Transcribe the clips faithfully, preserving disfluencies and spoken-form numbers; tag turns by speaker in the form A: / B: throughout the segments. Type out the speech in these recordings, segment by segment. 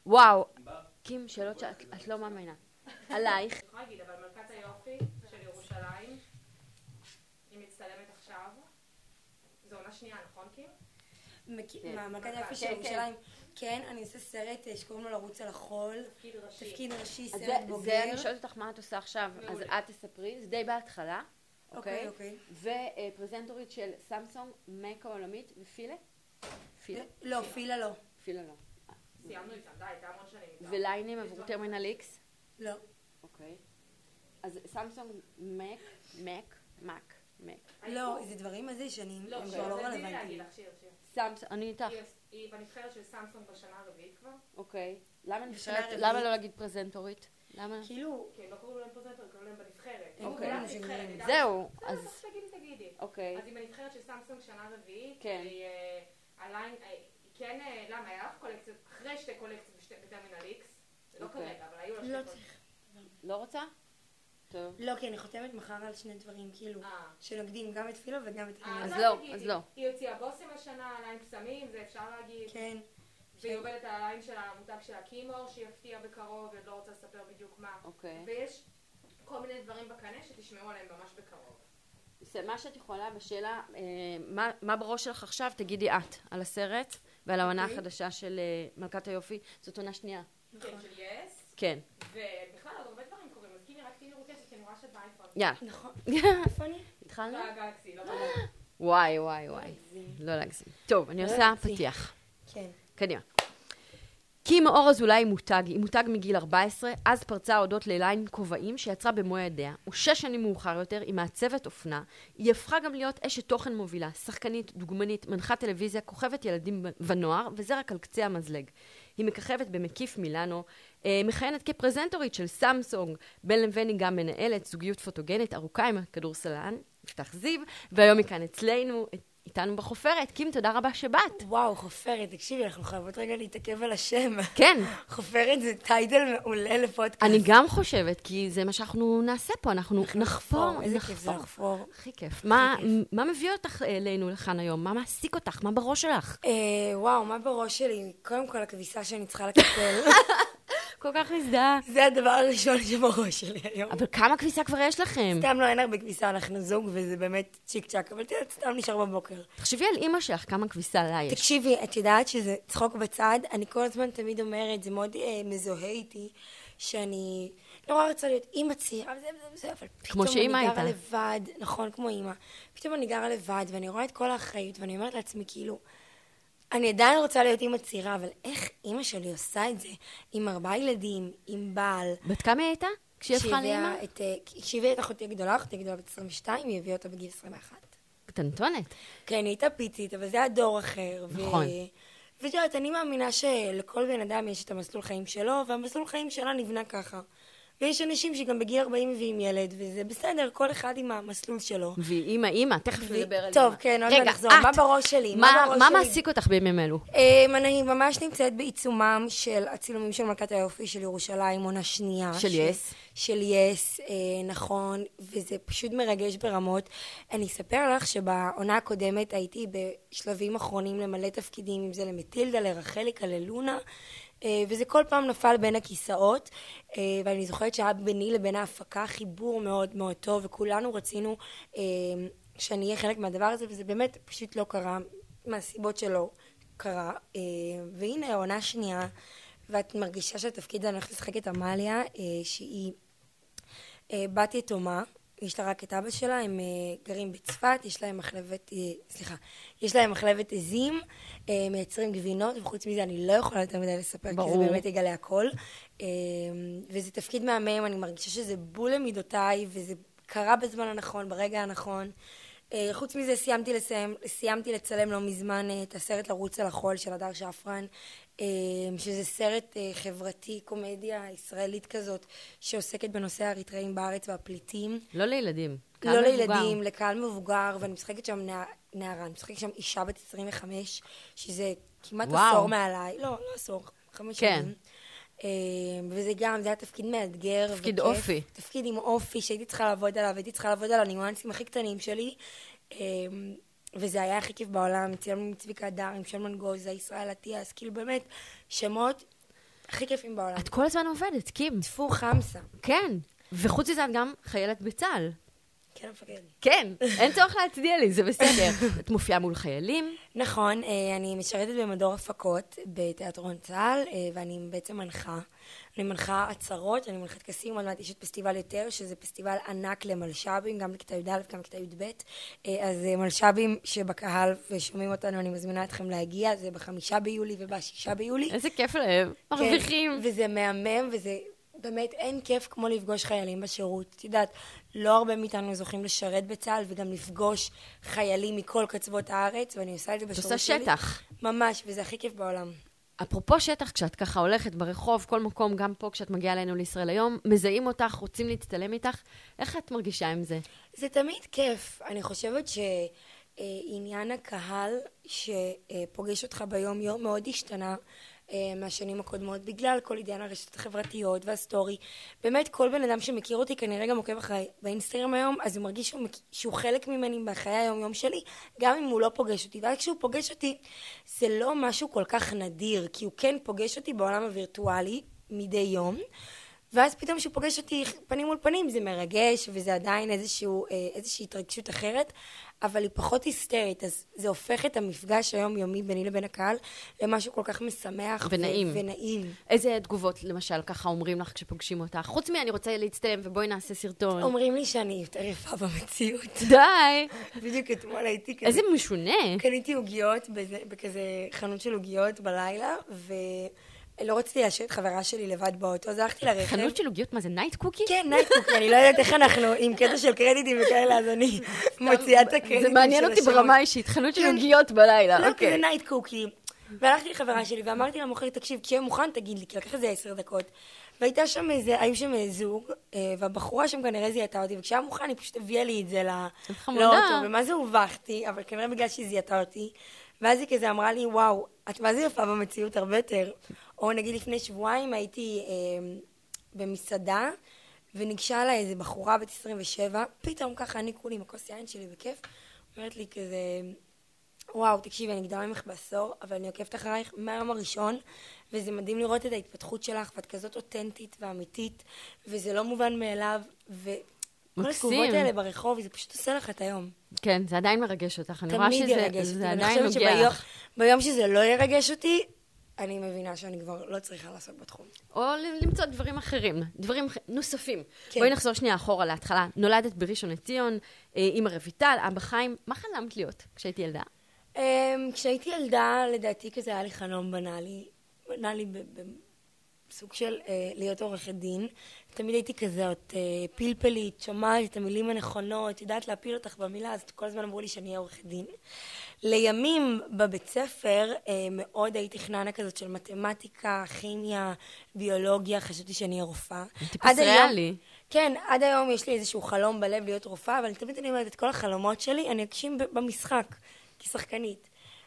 A: וואו, קים, שאלות שאת לא מאמינה. עלייך.
B: אני יכולה להגיד, אבל מלכת היופי של ירושלים, היא מצטלמת עכשיו. זו עונה שנייה, נכון קים?
C: מה, מלכת היופי של ירושלים? כן, אני עושה סרט שקוראים לו לרוץ על החול.
B: תפקיד ראשי.
C: תפקיד ראשי, סרט בוגר.
A: זה, אני שואלת אותך מה את עושה עכשיו, אז את תספרי, זה די בהתחלה.
C: אוקיי, אוקיי.
A: ופרזנטורית של סמסונג, מק העולמית ופילה? פילה?
C: לא, פילה לא.
A: פילה לא.
B: סיימנו איתם, די, הייתה המון שנים איתם.
A: וליינים עבור טרמינל איקס?
C: לא.
A: אוקיי. אז סמסונג, מק, מק, מק, מק.
C: לא, זה דברים הזה שנים,
B: לא,
C: הם
B: שיר,
C: כבר לא
B: זה תני
C: רלוונטיים.
B: להגיד לך, שיר, שיר.
A: סמסונג, אני איתך.
B: היא בנבחרת של סמסונג בשנה הרביעית כבר.
A: אוקיי. למה
C: בשנה
A: נבחרת-
C: הרביעית.
A: למה לא להגיד פרזנטורית? למה?
C: כאילו,
B: כן, לא קוראים להם פרזנטור, קוראים להם בנבחרת.
C: הם
B: אוקיי.
C: קוראים
B: בנבחרת,
C: להם
B: ידעת?
A: זהו,
B: בסדר,
A: אז...
B: אז תגידי, תגידי.
A: אוקיי.
B: אז היא בנבחרת של סמסונג שנה רביעית.
A: כן.
B: היא, אה, הליין, אה, היא כן, אה, למה, היה לך קולקציות, אחרי שתי קולקציות בשתי- בטרמינל איקס. זה לא
A: אוקיי.
B: כרגע, אבל היו לה
C: לא
B: שתי
C: צריך.
B: קולקציות.
A: לא רוצה? טוב.
C: לא, כי אני חותמת מחר על שני דברים, כאילו,
B: אה.
C: שנוגדים גם את פילה וגם את
B: אה,
A: אז
C: פילה.
A: לא,
B: תגידי.
A: אז לא.
B: היא הוציאה בושם השנה, ליין פסמים, זה אפשר להגיד.
C: כן.
B: והיא עובדת על הליין של המותג של הקימור, שהיא הפתיעה בקרוב, ועוד לא רוצה לספר בדיוק מה.
A: אוקיי.
B: ויש כל מיני דברים בקנה שתשמעו עליהם ממש בקרוב.
A: זה מה שאת יכולה בשאלה, אה, מה, מה בראש שלך עכשיו, תגידי את, על הסרט ועל העונה
C: אוקיי.
A: החדשה של אה, מלכת היופי. זאת עונה שנייה.
B: כן, של יס.
A: כן.
B: ובכלל עוד הרבה דברים קורים, אז קימי רק תהיי מרוכזת, כי אני רואה שאת באייפון.
A: יאללה.
C: נכון. איפה אני?
A: התחלנו?
B: בגלקסי, לא בגלקסי.
A: וואי, וואי, וואי. לא להגזים. טוב, אני
C: לא
A: עושה
C: להגזים.
A: פתיח.
C: כן.
A: קדימה. קים אור אזולאי היא מותג, היא מותג מגיל ארבע עשרה, אז פרצה הודות לליין כובעים שיצרה במו ידיה, ושש שנים מאוחר יותר היא מעצבת אופנה, היא הפכה גם להיות אשת תוכן מובילה, שחקנית, דוגמנית, מנחת טלוויזיה, כוכבת ילדים ונוער, וזה רק על קצה המזלג. היא מככבת במקיף מילאנו, אה, מכהנת כפרזנטורית של סמסונג, בין לבין היא גם מנהלת זוגיות פוטוגנית ארוכה עם הכדורסלן, יפתח זיו, והיום היא כאן אצלנו, איתנו בחופרת. קים, תודה רבה שבאת.
C: וואו, חופרת, תקשיבי, אנחנו חייבות רגע להתעכב על השם.
A: כן.
C: חופרת זה טייטל מעולה לפודקאסט.
A: אני גם חושבת, כי זה מה שאנחנו נעשה פה, אנחנו נחפור,
C: איזה כיף זה לחפור.
A: הכי כיף. מה מה מביא אותך אלינו לכאן היום? מה מעסיק אותך? מה בראש שלך?
C: אה, וואו, מה בראש שלי? קודם כל, הכביסה שאני צריכה לקפל.
A: כל כך מזדהה.
C: זה הדבר הראשון שבראש שלי היום.
A: אבל כמה כביסה כבר יש לכם?
C: סתם לא, אין הרבה כביסה, אנחנו זוג, וזה באמת צ'יק צ'ק, אבל תראה, סתם נשאר בבוקר.
A: תחשבי על אמא שלך, כמה כביסה לה יש.
C: תקשיבי, את יודעת שזה צחוק בצד, אני כל הזמן תמיד אומרת, זה מאוד אה, מזוהה איתי, שאני נורא רוצה להיות אימא צעירה, וזה וזה וזה, אבל
A: כמו
C: פתאום
A: שאמא
C: אני גרה
A: הייתה.
C: לבד, נכון, כמו אימא, פתאום אני גרה לבד, ואני רואה את כל האחריות, ואני אומרת לעצמי, כאילו, אני עדיין רוצה להיות אימא צעירה, אבל איך אימא שלי עושה את זה? עם ארבעה ילדים, עם בעל.
A: בת כמה היא הייתה? כשהיא הפכה לאמא?
C: כשהיא הביאה את אחותי הגדולה, אחותי הגדולה בת עשרים ושתיים, היא הביאה אותה בגיל עשרים ואחת.
A: קטנטונת.
C: כן, היא הייתה פיצית, אבל זה היה דור אחר.
A: נכון.
C: ואת יודעת, אני מאמינה שלכל בן אדם יש את המסלול חיים שלו, והמסלול חיים שלה נבנה ככה. ויש אנשים שגם בגיל ארבעים מביאים ילד, וזה בסדר, כל אחד עם המסלול שלו.
A: והיא אימא, אימא, תכף נדבר על אימא.
C: טוב, כן, עוד מעט נחזור. מה בראש שלי?
A: מה
C: בראש
A: מה
C: שלי?
A: מעסיק אותך בימים אלו?
C: אמ, אני ממש נמצאת בעיצומם של הצילומים של מלכת היופי של ירושלים, עונה שנייה.
A: של יס.
C: של יס, אה, נכון, וזה פשוט מרגש ברמות. אני אספר לך שבעונה הקודמת הייתי בשלבים אחרונים למלא תפקידים, אם זה למטילדה, לרחליקה, ללונה, אה, וזה כל פעם נפל בין הכיסאות, אה, ואני זוכרת שהיה ביני לבין ההפקה חיבור מאוד מאוד טוב, וכולנו רצינו אה, שאני אהיה חלק מהדבר הזה, וזה באמת פשוט לא קרה, מהסיבות שלא קרה. אה, והנה, העונה שנייה, ואת מרגישה שהתפקיד אני הולכת לשחק את עמליה, אה, שהיא אה, בת יתומה, יש לה רק את אבא שלה, הם אה, גרים בצפת, יש להם מחלבת, אה, סליחה, יש להם מחלבת עזים, אה, מייצרים גבינות, וחוץ מזה אני לא יכולה יותר מדי לספר, ברור. כי זה באמת יגלה הכל. אה, וזה תפקיד מהמם, אני מרגישה שזה בול למידותיי, וזה קרה בזמן הנכון, ברגע הנכון. אה, חוץ מזה סיימתי, לסיים, סיימתי לצלם לא מזמן אה, את הסרט לרוץ על החול של הדר שפרן, שזה סרט חברתי, קומדיה ישראלית כזאת, שעוסקת בנושא האריתראים בארץ והפליטים.
A: לא לילדים.
C: לא לילדים, לקהל מבוגר, ואני משחקת שם נערה, אני משחקת שם אישה בת עשרים וחמש, שזה כמעט עשור מעליי, לא, לא עשור, חמש שנים. וזה גם, זה היה תפקיד מאתגר.
A: תפקיד אופי.
C: תפקיד עם אופי, שהייתי צריכה לעבוד עליו, הייתי צריכה לעבוד על הניואנסים הכי קטנים שלי, וזה היה הכי כיף בעולם, צילמנו עם צביקה הדר, עם שלמן גוזה, ישראל אטיאס, כאילו באמת, שמות הכי כיפים בעולם.
A: את כל הזמן עובדת, קים.
C: טפו חמסה.
A: כן. וחוץ מזה את גם חיילת בצה"ל.
C: כן, המפקד.
A: כן, אין צורך להצדיע לי, זה בסדר. את מופיעה מול חיילים?
C: נכון, אני משרתת במדור הפקות בתיאטרון צה"ל, ואני בעצם מנחה. אני מנחה עצרות, אני מנחה טקסים, עוד מעט יש את פסטיבל יותר, שזה פסטיבל ענק למלש"בים, גם לכיתה י"א, גם לכיתה י"ב. אז מלש"בים שבקהל ושומעים אותנו, אני מזמינה אתכם להגיע, זה בחמישה ביולי ובשישה ביולי.
A: איזה כיף להם, מרוויחים.
C: כן, וזה מהמם, וזה באמת אין כיף כמו לפגוש חיילים בשירות. את יודעת, לא הרבה מאיתנו זוכים לשרת בצה"ל, וגם לפגוש חיילים מכל קצוות הארץ, ואני עושה את זה בשירות שלי.
A: את עושה שטח.
C: ממש, וזה הכי כיף בעולם.
A: אפרופו שטח, כשאת ככה הולכת ברחוב, כל מקום, גם פה כשאת מגיעה אלינו לישראל היום, מזהים אותך, רוצים להצטלם איתך, איך את מרגישה עם זה?
C: זה תמיד כיף. אני חושבת שעניין הקהל שפוגש אותך ביום יום מאוד השתנה מהשנים הקודמות, בגלל כל עניין הרשתות החברתיות והסטורי. באמת, כל בן אדם שמכיר אותי, כנראה גם עוקב אחרי באינסטגרם היום, אז הוא מרגיש שהוא, שהוא חלק ממני בחיי היום-יום שלי, גם אם הוא לא פוגש אותי. ואז כשהוא פוגש אותי, זה לא משהו כל כך נדיר, כי הוא כן פוגש אותי בעולם הווירטואלי מדי יום, ואז פתאום שהוא פוגש אותי פנים מול פנים, זה מרגש, וזה עדיין איזשהו, איזושהי התרגשות אחרת, אבל היא פחות היסטרית, אז זה הופך את המפגש היומיומי ביני לבין הקהל למשהו כל כך משמח
A: ונעים.
C: ו- ונעים.
A: איזה תגובות, למשל, ככה אומרים לך כשפוגשים אותך? חוץ מי, אני רוצה להצטלם ובואי נעשה סרטון.
C: אומרים לי שאני יותר יפה במציאות.
A: די!
C: בדיוק אתמול הייתי כזה.
A: איזה משונה.
C: קניתי עוגיות בזה, בכזה חנות של עוגיות בלילה, ו... לא רציתי להשאיר את חברה שלי לבד באוטו, אז הלכתי לרכב.
A: חנות של עוגיות, מה זה, נייט קוקי?
C: כן, נייט קוקי, אני לא יודעת איך אנחנו, עם קטע של קרדיטים וכאלה, אז אני מוציאה את הקרדיטים של השמות.
A: זה מעניין אותי ברמה אישית, חנות של עוגיות בלילה,
C: לא,
A: אוקיי.
C: זה נייט קוקי. והלכתי לחברה שלי ואמרתי לה, מוכרת, תקשיב, כשהיה מוכן, תגיד לי, כי לקח איזה עשר דקות. והייתה שם איזה, היו שם זוג, והבחורה שם כנראה זיהתה אותי, וכשהיה מוכן, היא פשוט הביאה לי את זה לאוטו, ומה זה הובכתי, אבל כנראה בגלל שהיא זיהתה אותי. ואז היא כזה אמרה לי, וואו, את מה זה יפה במציאות הרבה יותר. או נגיד לפני שבועיים הייתי אה, במסעדה, וניגשה לה איזה בחורה בת עשרים ושבע, פתאום ככה אני כולי עם הכוס יין שלי בכיף, אומרת לי כזה, וואו, תקשיבי, אני גדולה ממך בעשור, אבל אני עוקבת אחרייך מהיום הראשון, וזה מדהים לראות את ההתפתחות שלך, ואת כזאת אותנטית ואמיתית, וזה לא מובן מאליו, ו... כל התגובות האלה ברחוב, זה פשוט עושה לך את היום.
A: כן, זה עדיין מרגש אותך.
C: תמיד ירגש אותי.
A: זה עדיין נוגע לך.
C: ביום שזה לא ירגש אותי, אני מבינה שאני כבר לא צריכה לעסוק בתחום.
A: או למצוא דברים אחרים, דברים נוספים. בואי נחזור שנייה אחורה להתחלה. נולדת בראשון לציון, אמא רויטל, אבא חיים. מה חלמת להיות כשהייתי ילדה?
C: כשהייתי ילדה, לדעתי כזה היה לי חלום בנאלי. בנאלי בסוג של להיות עורכת דין. תמיד הייתי כזאת פלפלית, שומעת את המילים הנכונות, יודעת להפיל אותך במילה, אז כל הזמן אמרו לי שאני אהיה עורכת דין. לימים בבית ספר מאוד הייתי חננה כזאת של מתמטיקה, כימיה, ביולוגיה, חשבתי שאני אהיה רופאה.
A: טיפוס ריאלי.
C: כן, עד היום יש לי איזשהו חלום בלב להיות רופאה, אבל תמיד אני אומרת את כל החלומות שלי, אני אגשים במשחק, כשחקנית.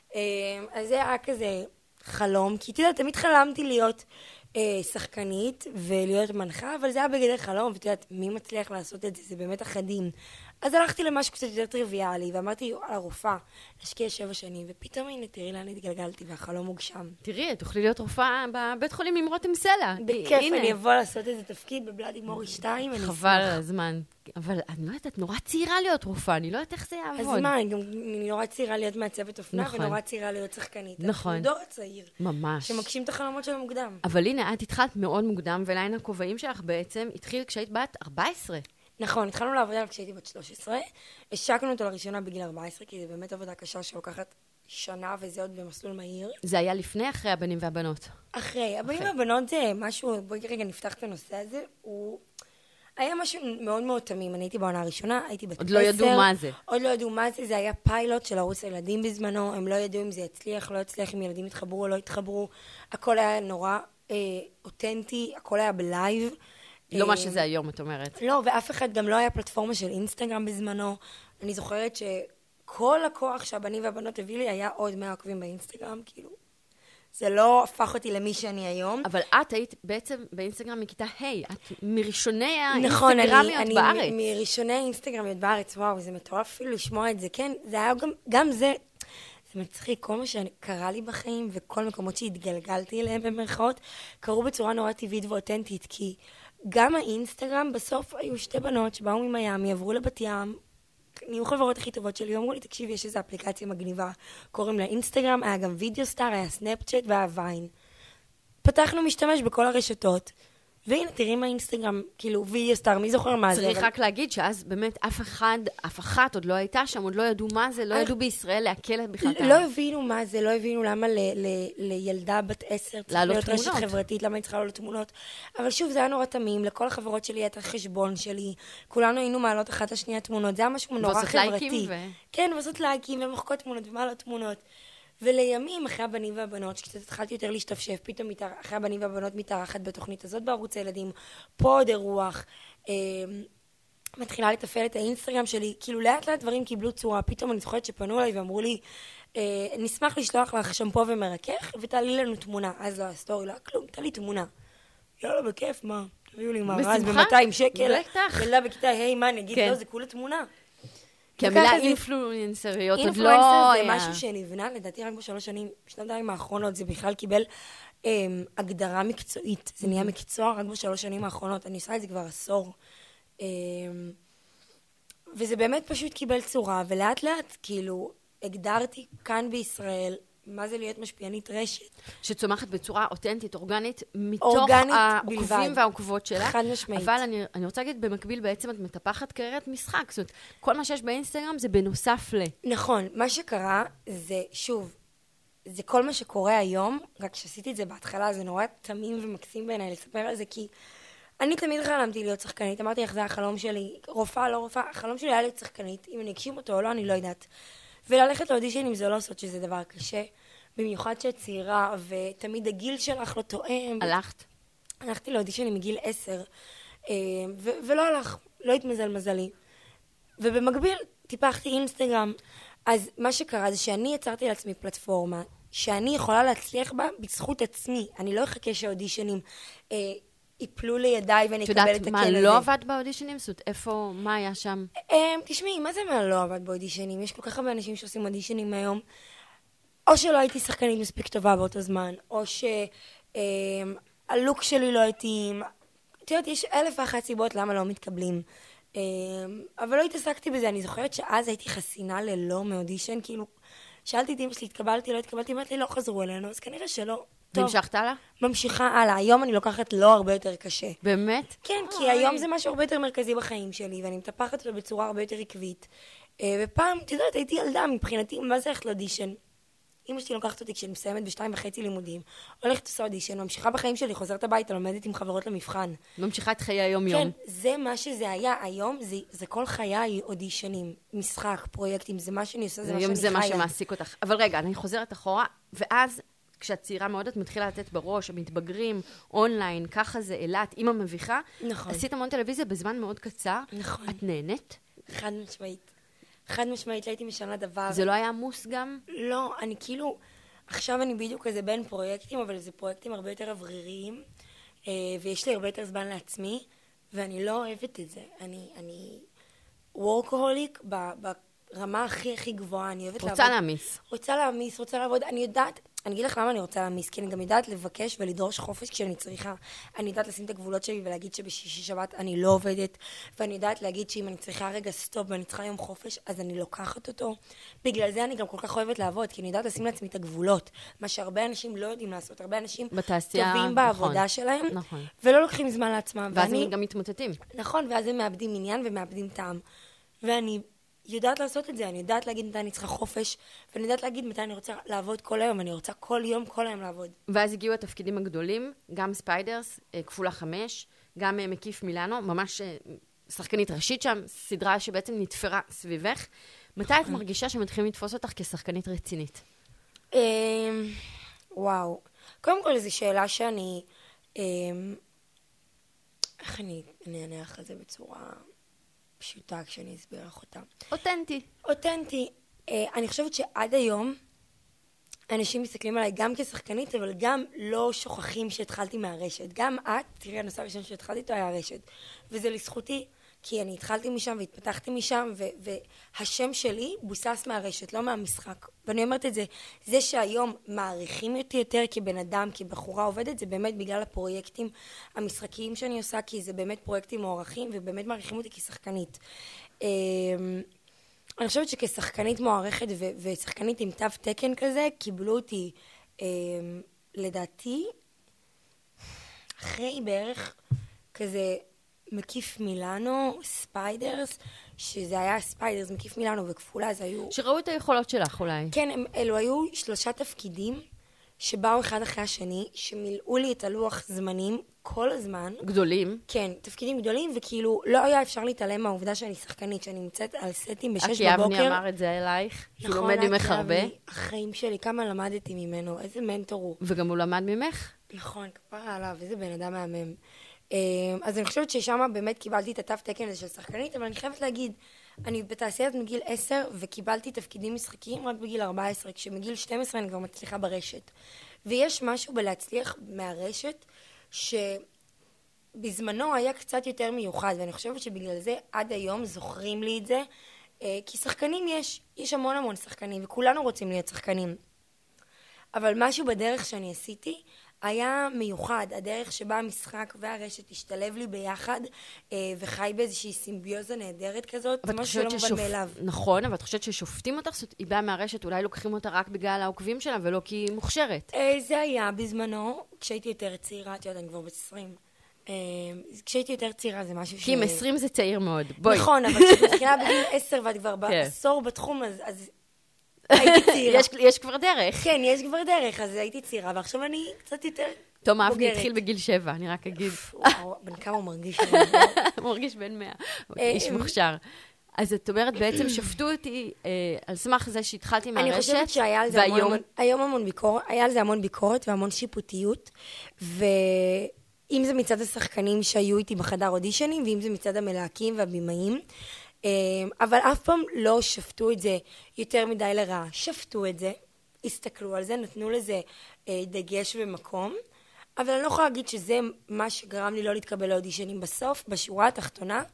C: אז זה היה כזה חלום, כי תדעת, תמיד חלמתי להיות שחקנית ולהיות מנחה, אבל זה היה בגדר חלום, ואתה יודעת, מי מצליח לעשות את זה? זה באמת אחדים. אז הלכתי למשהו קצת יותר טריוויאלי, ואמרתי, על הרופאה, להשקיע שבע שנים, ופתאום הנה, תראי לאן התגלגלתי, והחלום מוגשם.
A: תראי, תוכלי להיות רופאה בבית חולים עם רותם סלע.
C: בכיף, אני אבוא לעשות איזה תפקיד בבלאדי מורי שתיים, אני אשמח.
A: חבל על הזמן. אבל אני לא יודעת, את נורא צעירה להיות רופאה, אני לא יודעת איך זה יעבוד.
C: אז מה, אני נורא צעירה להיות מעצבת אופנה, ונורא צעירה להיות שחקנית.
A: נכון.
C: אנחנו דור הצעיר.
A: ממש.
C: שמגשים את החלומות שלו מוקדם.
A: אבל הנה, את התחלת מאוד מוקדם, וליין הכובעים שלך בעצם התחיל כשהיית בת ארבע עשרה.
C: נכון, התחלנו לעבוד עליו כשהייתי בת שלוש עשרה. השקנו אותו לראשונה בגיל ארבע עשרה, כי זה באמת עבודה קשה שלוקחת שנה, וזה עוד במסלול מהיר.
A: זה היה לפני, אחרי הבנים והבנות?
C: אחרי. הבנים והבנות זה משהו, בואי רגע נפתח את הנושא הזה, הוא היה משהו מאוד מאוד תמים. אני הייתי בעונה הראשונה, הייתי בת עשר.
A: עוד לא ידעו מה זה.
C: עוד לא ידעו מה זה, זה היה פיילוט של ערוץ הילדים בזמנו, הם לא ידעו אם זה יצליח, לא יצליח, אם ילדים יתחברו או לא יתחברו. הכל היה נורא אה, אותנטי, הכל היה בלייב.
A: לא מה שזה היום, את אומרת.
C: לא, ואף אחד גם לא היה פלטפורמה של אינסטגרם בזמנו. אני זוכרת שכל הכוח שהבנים והבנות הביא לי היה עוד מאה עוקבים באינסטגרם, כאילו. זה לא הפך אותי למי שאני היום.
A: אבל את היית בעצם באינסטגרם מכיתה היי, את מראשוני
C: נכון,
A: האינסטגרמיות
C: אני,
A: בארץ.
C: אני מראשוני האינסטגרמיות בארץ, וואו, זה מטורף אפילו לשמוע את זה, כן, זה היה גם, גם זה, זה מצחיק, כל מה שקרה לי בחיים וכל מקומות שהתגלגלתי אליהם במרכאות, קרו בצורה נורא טבעית ואותנטית, כי גם האינסטגרם בסוף היו שתי בנות שבאו ממיאמי, עברו לבת ים, נהיו חברות הכי טובות שלי, אמרו לי, תקשיב, יש איזו אפליקציה מגניבה, קוראים לה אינסטגרם, היה גם וידאו סטאר, היה סנאפצ'אט והיה ויין. פתחנו משתמש בכל הרשתות, והנה, תראי מה אינסטגרם, כאילו, וידאו סטאר, מי זוכר מה זה?
A: צריך רק להגיד שאז באמת אף אחד, אף אחת עוד לא הייתה שם, עוד לא ידעו מה זה, לא ידעו בישראל להקל בכלל.
C: לא הבינו מה זה, לא הבינו למה לילדה בת עשר צריכה להיות רשת חברתית, למה היא צריכה לעלות תמונות. אבל שוב, זה היה נורא תמים, לכל החברות שלי הייתה חשבון שלי, כולנו היינו מעלות אחת לשנייה תמונות, זה היה משהו נורא חברתי. כן, ועשות לייקים ומחקות תמונות ומעלות תמונות. ולימים, אחרי הבנים והבנות, שקצת התחלתי יותר להשתפשף, פתאום אחרי הבנים והבנות מתארחת בתוכנית הזאת בערוץ הילדים, פה עוד אירוח, אה, מתחילה לתפעל את האינסטגרם שלי, כאילו לאט לאט דברים קיבלו צורה, פתאום אני זוכרת שפנו אליי ואמרו לי, אה, נשמח לשלוח לך שמפו ומרכך, ותעלי לנו תמונה, אז לא הסטורי, לא כלום, תעלי תמונה. יאללה, בכיף, מה? תביאו לי מארז ב-מאתיים שקל, ילדה בכיתה, היי, מה, נגיד, לא, זה כולה תמונה.
A: כי המילה אינפלואנסריות עוד לא...
C: אינפלואנסר זה משהו שנבנה, לדעתי רק בשלוש שנים, בשנתיים האחרונות, זה בכלל קיבל אמ, הגדרה מקצועית. זה נהיה מקצוע רק בשלוש שנים האחרונות. אני עושה את זה כבר עשור. אמ, וזה באמת פשוט קיבל צורה, ולאט לאט, כאילו, הגדרתי כאן בישראל, מה זה להיות משפיענית רשת.
A: שצומחת בצורה אותנטית, אורגנית, מתוך
C: אורגנית
A: העוקבים
C: בלבד.
A: והעוקבות שלה.
C: חד משמעית.
A: אבל אני, אני רוצה להגיד, במקביל בעצם את מטפחת קריירת משחק. זאת אומרת, כל מה שיש באינסטגרם זה בנוסף ל...
C: נכון. מה שקרה זה, שוב, זה כל מה שקורה היום, רק שעשיתי את זה בהתחלה, זה נורא תמים ומקסים בעיניי לספר על זה, כי אני תמיד חלמתי להיות שחקנית. אמרתי איך זה החלום שלי, רופאה, לא רופאה. החלום שלי היה להיות שחקנית. אם אני אגשים אותו או לא, אני לא יודעת. וללכת לאודישנים זה לא לעשות שזה דבר קשה. במיוחד שאת צעירה, ותמיד הגיל שלך לא תואם.
A: הלכת?
C: הלכתי לאודישנים מגיל עשר, ו- ולא הלך, לא התמזל מזלי. ובמקביל טיפחתי אינסטגרם. אז מה שקרה זה שאני יצרתי לעצמי פלטפורמה, שאני יכולה להצליח בה בזכות עצמי. אני לא אחכה שהאודישנים אה, ייפלו לידיי ואני אקבל את הכן הזה.
A: את יודעת מה לא עבד באודישנים? זאת אומרת, איפה, מה היה שם?
C: אה, תשמעי, מה זה מה לא עבד באודישנים? יש כל כך הרבה אנשים שעושים אודישנים היום. או שלא הייתי שחקנית מספיק טובה באותו זמן, או שהלוק שלי לא התאים. את יודעת, יש אלף ואחת סיבות למה לא מתקבלים. אבל לא התעסקתי בזה. אני זוכרת שאז הייתי חסינה ללא מאודישן, כאילו, שאלתי את אמא שלי, התקבלתי, לא התקבלתי, אמרת לי, לא חזרו אלינו, אז כנראה שלא.
A: והמשכת הלאה?
C: ממשיכה הלאה. היום אני לוקחת לא הרבה יותר קשה.
A: באמת?
C: כן, כי היום זה משהו הרבה יותר מרכזי בחיים שלי, ואני מטפחת אותו בצורה הרבה יותר עקבית. ופעם, את יודעת, הייתי ילדה מבחינתי, מה זה איך לאודישן? אמא שלי לוקחת אותי כשאני מסיימת בשתיים וחצי לימודים, הולכת לעשות אודישן, ממשיכה בחיים שלי, חוזרת הביתה, לומדת עם חברות למבחן.
A: ממשיכה את חיי היום-יום.
C: כן, זה מה שזה היה. היום זה, זה כל חיי אודישנים, משחק, פרויקטים, זה מה שאני עושה, זה מה שאני חיה.
A: היום זה מה שמעסיק אותך. אבל רגע, אני חוזרת אחורה, ואז כשאת צעירה מאוד, את מתחילה לתת בראש, המתבגרים, אונליין, ככה זה אלת, אמא מביכה.
C: נכון.
A: עשית המון טלוויזיה בזמן מאוד קצר.
C: נכון.
A: את נהנית?
C: חד משמעית. חד משמעית, לא הייתי משנה דבר.
A: זה לא היה עמוס גם?
C: לא, אני כאילו, עכשיו אני בדיוק כזה בין פרויקטים, אבל זה פרויקטים הרבה יותר אווריריים, ויש לי הרבה יותר זמן לעצמי, ואני לא אוהבת את זה. אני, אני וורקהוליק ברמה הכי הכי גבוהה, אני אוהבת לעבוד.
A: רוצה להמיס.
C: רוצה להמיס, רוצה לעבוד, אני יודעת, אני אגיד לך למה אני רוצה להמיס, כי אני גם יודעת לבקש ולדרוש חופש כשאני צריכה. אני יודעת לשים את הגבולות שלי ולהגיד שבשישי שבת אני לא עובדת, ואני יודעת להגיד שאם אני צריכה רגע סטופ ואני צריכה יום חופש, אז אני לוקחת אותו. בגלל זה אני גם כל כך אוהבת לעבוד, כי אני יודעת לשים לעצמי את הגבולות, מה שהרבה אנשים לא יודעים לעשות, הרבה אנשים
A: בתעשייה,
C: טובים בעבודה
A: נכון,
C: שלהם,
A: נכון.
C: ולא לוקחים זמן לעצמם.
A: ואז
C: ואני,
A: הם גם מתמוטטים.
C: נכון, ואז הם מאבדים עניין ומאבדים טעם. ואני יודעת לעשות את זה, אני יודעת להגיד מתי אני צריכה חופש, ואני יודעת להגיד מתי אני רוצה לעבוד כל היום, ואני רוצה כל יום, כל היום לעבוד.
A: ואז הגיעו התפקידים הגדולים, גם ספיידרס, כפולה חמש, גם מקיף מילאנו, ממש שחקנית ראשית שם, סדרה שבעצם נתפרה סביבך. מתי את מרגישה שמתחילים לתפוס אותך כשחקנית רצינית?
C: וואו. קודם כל, זו שאלה שאני... איך אני אענה לך את זה בצורה פשוטה כשאני אסביר לך אותה?
A: אותנטי.
C: אותנטי. אני חושבת שעד היום אנשים מסתכלים עליי גם כשחקנית, אבל גם לא שוכחים שהתחלתי מהרשת. גם את, תראי, הנושא הראשון שהתחלתי איתו היה הרשת. וזה לזכותי, כי אני התחלתי משם והתפתחתי משם, ו- והשם שלי בוסס מהרשת, לא מהמשחק. ואני אומרת את זה, זה שהיום מעריכים אותי יותר כבן אדם, כבחורה עובדת, זה באמת בגלל הפרויקטים המשחקיים שאני עושה, כי זה באמת פרויקטים מוערכים, ובאמת מעריכים אותי כשחקנית. אני חושבת שכשחקנית מוערכת ו- ושחקנית עם תו תקן כזה, קיבלו אותי, לדעתי, אחרי בערך כזה מקיף מילאנו, ספיידרס, שזה היה ספיידרס, מקיף מילאנו וכפולה, זה היו...
A: שראו את היכולות שלך אולי.
C: כן, הם, אלו היו שלושה תפקידים שבאו אחד אחרי השני, שמילאו לי את הלוח זמנים כל הזמן.
A: גדולים.
C: כן, תפקידים גדולים, וכאילו לא היה אפשר להתעלם מהעובדה שאני שחקנית, שאני נמצאת על סטים בשש בבוקר.
A: אקי אבני אמר את זה אלייך, שהוא
C: נכון,
A: לומד ממך הרבה.
C: החיים שלי, כמה למדתי ממנו, איזה מנטור הוא.
A: וגם הוא למד ממך?
C: נכון, כפרה עליו, איזה בן אדם מהמם. אז אני חושבת ששם באמת קיבלתי את התו תקן הזה של שחקנית, אבל אני חייבת להגיד, אני בתעשיית מגיל עשר וקיבלתי תפקידים משחקיים רק בגיל ארבע עשרה, כשמגיל שתים עשרה אני כבר מצליחה ברשת. ויש משהו בלהצליח מהרשת שבזמנו היה קצת יותר מיוחד, ואני חושבת שבגלל זה עד היום זוכרים לי את זה, כי שחקנים יש, יש המון המון שחקנים, וכולנו רוצים להיות שחקנים. אבל משהו בדרך שאני עשיתי היה מיוחד, הדרך שבה המשחק והרשת השתלב לי ביחד, וחי באיזושהי סימביוזה נהדרת כזאת, זה משהו שלא מובן מאליו.
A: נכון, אבל את חושבת ששופטים אותך, זאת היא באה מהרשת, אולי לוקחים אותה רק בגלל העוקבים שלה, ולא כי היא מוכשרת.
C: זה היה בזמנו, כשהייתי יותר צעירה, את יודעת, אני כבר בת עשרים. כשהייתי יותר צעירה זה משהו ש...
A: כי עם עשרים זה צעיר מאוד, בואי.
C: נכון, אבל כשאת מתחילה בגיל עשר ואת כבר בעשור בתחום, אז... הייתי צעירה.
A: יש, יש כבר דרך.
C: כן, יש כבר דרך, אז הייתי צעירה, ועכשיו אני קצת יותר בוגרת.
A: תום אבני התחיל בגיל שבע, אני רק אגיד.
C: וואו, בן כמה הוא מרגיש?
A: הוא מרגיש בן מאה. איש מוכשר. אז את אומרת, בעצם שפטו אותי על סמך זה שהתחלתי מהרשת,
C: אני חושבת שהיה על זה המון, היום המון ביקורת, היה על זה המון ביקורת והמון שיפוטיות, ואם זה מצד השחקנים שהיו איתי בחדר אודישנים, ואם זה מצד המלהקים והבימאים, אבל אף פעם לא שפטו את זה יותר מדי לרעה. שפטו את זה, הסתכלו על זה, נתנו לזה דגש ומקום, אבל אני לא יכולה להגיד שזה מה שגרם לי לא להתקבל לאודישנים בסוף, בשורה התחתונה.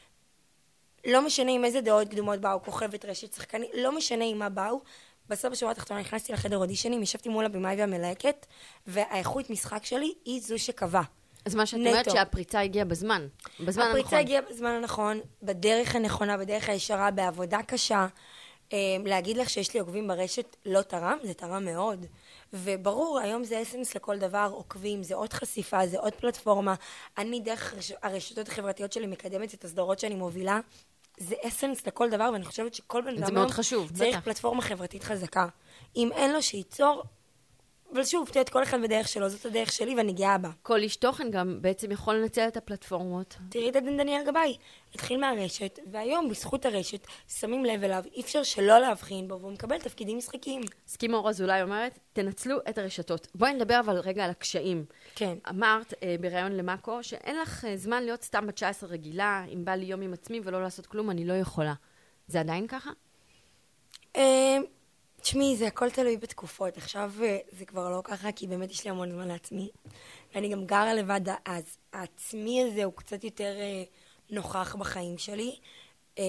C: לא משנה עם איזה דעות קדומות באו, כוכבת, רשת, שחקני, לא משנה עם מה באו. בסוף בשורה התחתונה נכנסתי לחדר אודישנים, ישבתי מול הבמאי והמלהקת, והאיכות משחק שלי היא זו שקבעה.
A: אז מה שאת אומרת שהפריצה הגיעה בזמן, בזמן הנכון.
C: הפריצה הגיעה בזמן הנכון, בדרך הנכונה, בדרך הישרה, בעבודה קשה. להגיד לך שיש לי עוקבים ברשת לא תרם, זה תרם מאוד. וברור, היום זה אסנס לכל דבר, עוקבים, זה עוד חשיפה, זה עוד פלטפורמה. אני דרך הרשתות החברתיות שלי מקדמת את הסדרות שאני מובילה. זה אסנס לכל דבר, ואני חושבת שכל בן אדם
A: מאוד חשוב,
C: צריך
A: בטח.
C: פלטפורמה חברתית חזקה. אם אין לו שייצור... אבל שוב, תראה, כל אחד בדרך שלו, זאת הדרך שלי ואני גאה בה.
A: כל איש תוכן גם בעצם יכול לנצל את הפלטפורמות.
C: תראי את עדן דניאל גבאי, התחיל מהרשת, והיום בזכות הרשת שמים לב אליו, אי אפשר שלא להבחין בו, והוא מקבל תפקידים משחקים.
A: סקימה אור אזולאי אומרת, תנצלו את הרשתות. בואי נדבר אבל רגע על הקשיים.
C: כן.
A: אמרת אה, בראיון למאקו, שאין לך אה, זמן להיות סתם בת תשע עשרה רגילה, אם בא לי יום עם עצמי ולא לעשות כלום, אני לא יכולה. זה עדיין ככה?
C: אה... תשמעי, זה הכל תלוי בתקופות. עכשיו זה כבר לא ככה, כי באמת יש לי המון זמן לעצמי. ואני גם גרה לבד, אז העצמי הזה הוא קצת יותר אה, נוכח בחיים שלי. אה,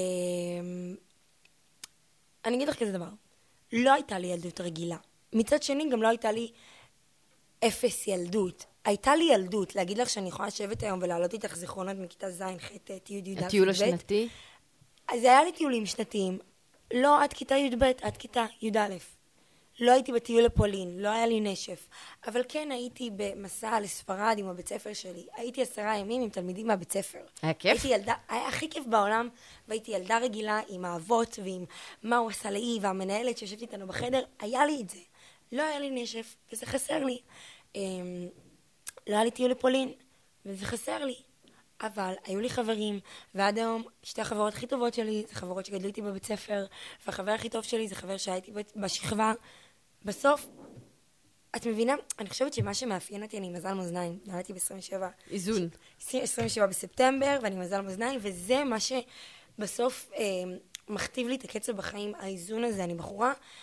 C: אני אגיד לך כזה דבר. לא הייתה לי ילדות רגילה. מצד שני, גם לא הייתה לי אפס ילדות. הייתה לי ילדות. להגיד לך שאני יכולה לשבת היום ולהעלות איתך זיכרונות מכיתה ז', ח', ט', י', י', ד',
A: הטיול השנתי?
C: אז היה לי טיולים שנתיים. לא עד כיתה י' ב', עד כיתה י' א'. לא הייתי בטיול לפולין, לא היה לי נשף. אבל כן הייתי במסע לספרד עם הבית ספר שלי. הייתי עשרה ימים עם תלמידים מהבית ספר.
A: היה כיף?
C: הייתי ילדה, היה הכי כיף בעולם, והייתי ילדה רגילה עם האבות ועם מה הוא עשה לאי, והמנהלת שיושבת איתנו בחדר, היה לי את זה. לא היה לי נשף, וזה חסר לי. לא היה לי טיול לפולין, וזה חסר לי. אבל היו לי חברים, ועד היום שתי החברות הכי טובות שלי, זה חברות שגדלו איתי בבית ספר, והחבר הכי טוב שלי זה חבר שהייתי בשכבה. בסוף, את מבינה? אני חושבת שמה שמאפיין אותי, אני מזל מאזניים. נולדתי ב-עשרים ושבע.
A: איזון.
C: עשרים ושבעה בספטמבר, ואני מזל מאזניים, וזה מה שבסוף אה, מכתיב לי את הקצב בחיים, האיזון הזה. אני בחורה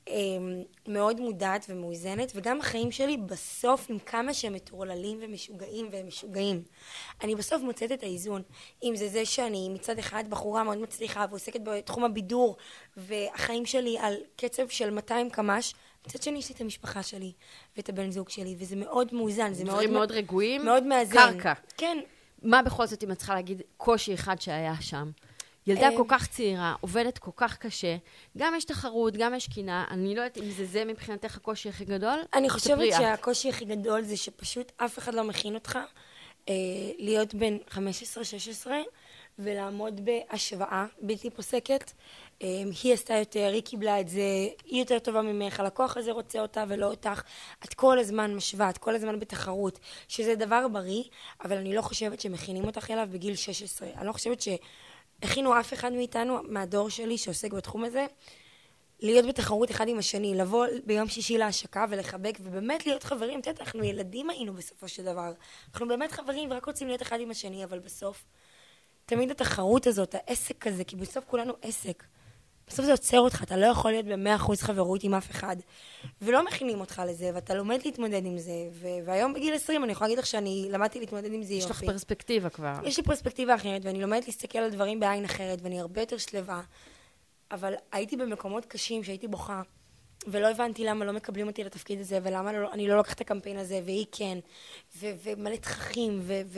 C: מאוד מודעת ומאוזנת, וגם החיים שלי בסוף עם כמה שהם מטורללים ומשוגעים והם משוגעים. אני בסוף מוצאת את האיזון, אם זה זה שאני מצד אחד בחורה מאוד מצליחה ועוסקת בתחום הבידור, והחיים שלי על קצב של מאתיים קמ"ש, מצד שני יש לי את המשפחה שלי ואת הבן זוג שלי, וזה מאוד מאוזן, זה מאוד,
A: דברים מאוד רגועים,
C: מאוד מאזן.
A: קרקע.
C: כן.
A: מה בכל זאת אם את צריכה להגיד קושי אחד שהיה שם? ילדה כל כך צעירה, עובדת כל כך קשה, גם יש תחרות, גם יש קינה, אני לא יודעת אם זה זה מבחינתך הקושי הכי גדול.
C: אני חושבת שהקושי הכי גדול זה שפשוט אף אחד לא מכין אותך אה, להיות בן חמש עשרה שש עשרה ולעמוד בהשוואה בלתי פוסקת. אה, היא עשתה יותר, היא קיבלה את זה, היא יותר טובה ממך, הלקוח הזה רוצה אותה ולא אותך. את כל הזמן משווה, את כל הזמן בתחרות, שזה דבר בריא, אבל אני לא חושבת שמכינים אותך אליו בגיל שש עשרה. אני לא חושבת ש... הכינו אף אחד מאיתנו, מהדור שלי שעוסק בתחום הזה, להיות בתחרות אחד עם השני, לבוא ביום שישי להשקה ולחבק, ובאמת להיות חברים. תראה, אנחנו ילדים היינו בסופו של דבר. אנחנו באמת חברים ורק רוצים להיות אחד עם השני, אבל בסוף, תמיד התחרות הזאת, העסק הזה, כי בסוף כולנו עסק. בסוף זה עוצר אותך, אתה לא יכול להיות ב-מאה אחוז חברות עם אף אחד. ולא מכינים אותך לזה, ואתה לומד להתמודד עם זה. ו- והיום בגיל עשרים אני יכולה להגיד לך שאני למדתי להתמודד עם זה יופי.
A: יש לך פרספקטיבה כבר.
C: יש לי פרספקטיבה אחרת, ואני לומדת להסתכל על דברים בעין אחרת, ואני הרבה יותר שלווה. אבל הייתי במקומות קשים שהייתי בוכה, ולא הבנתי למה לא מקבלים אותי לתפקיד הזה, ולמה לא, אני לא לוקחת את הקמפיין הזה, והיא כן, ו- ומלא תככים,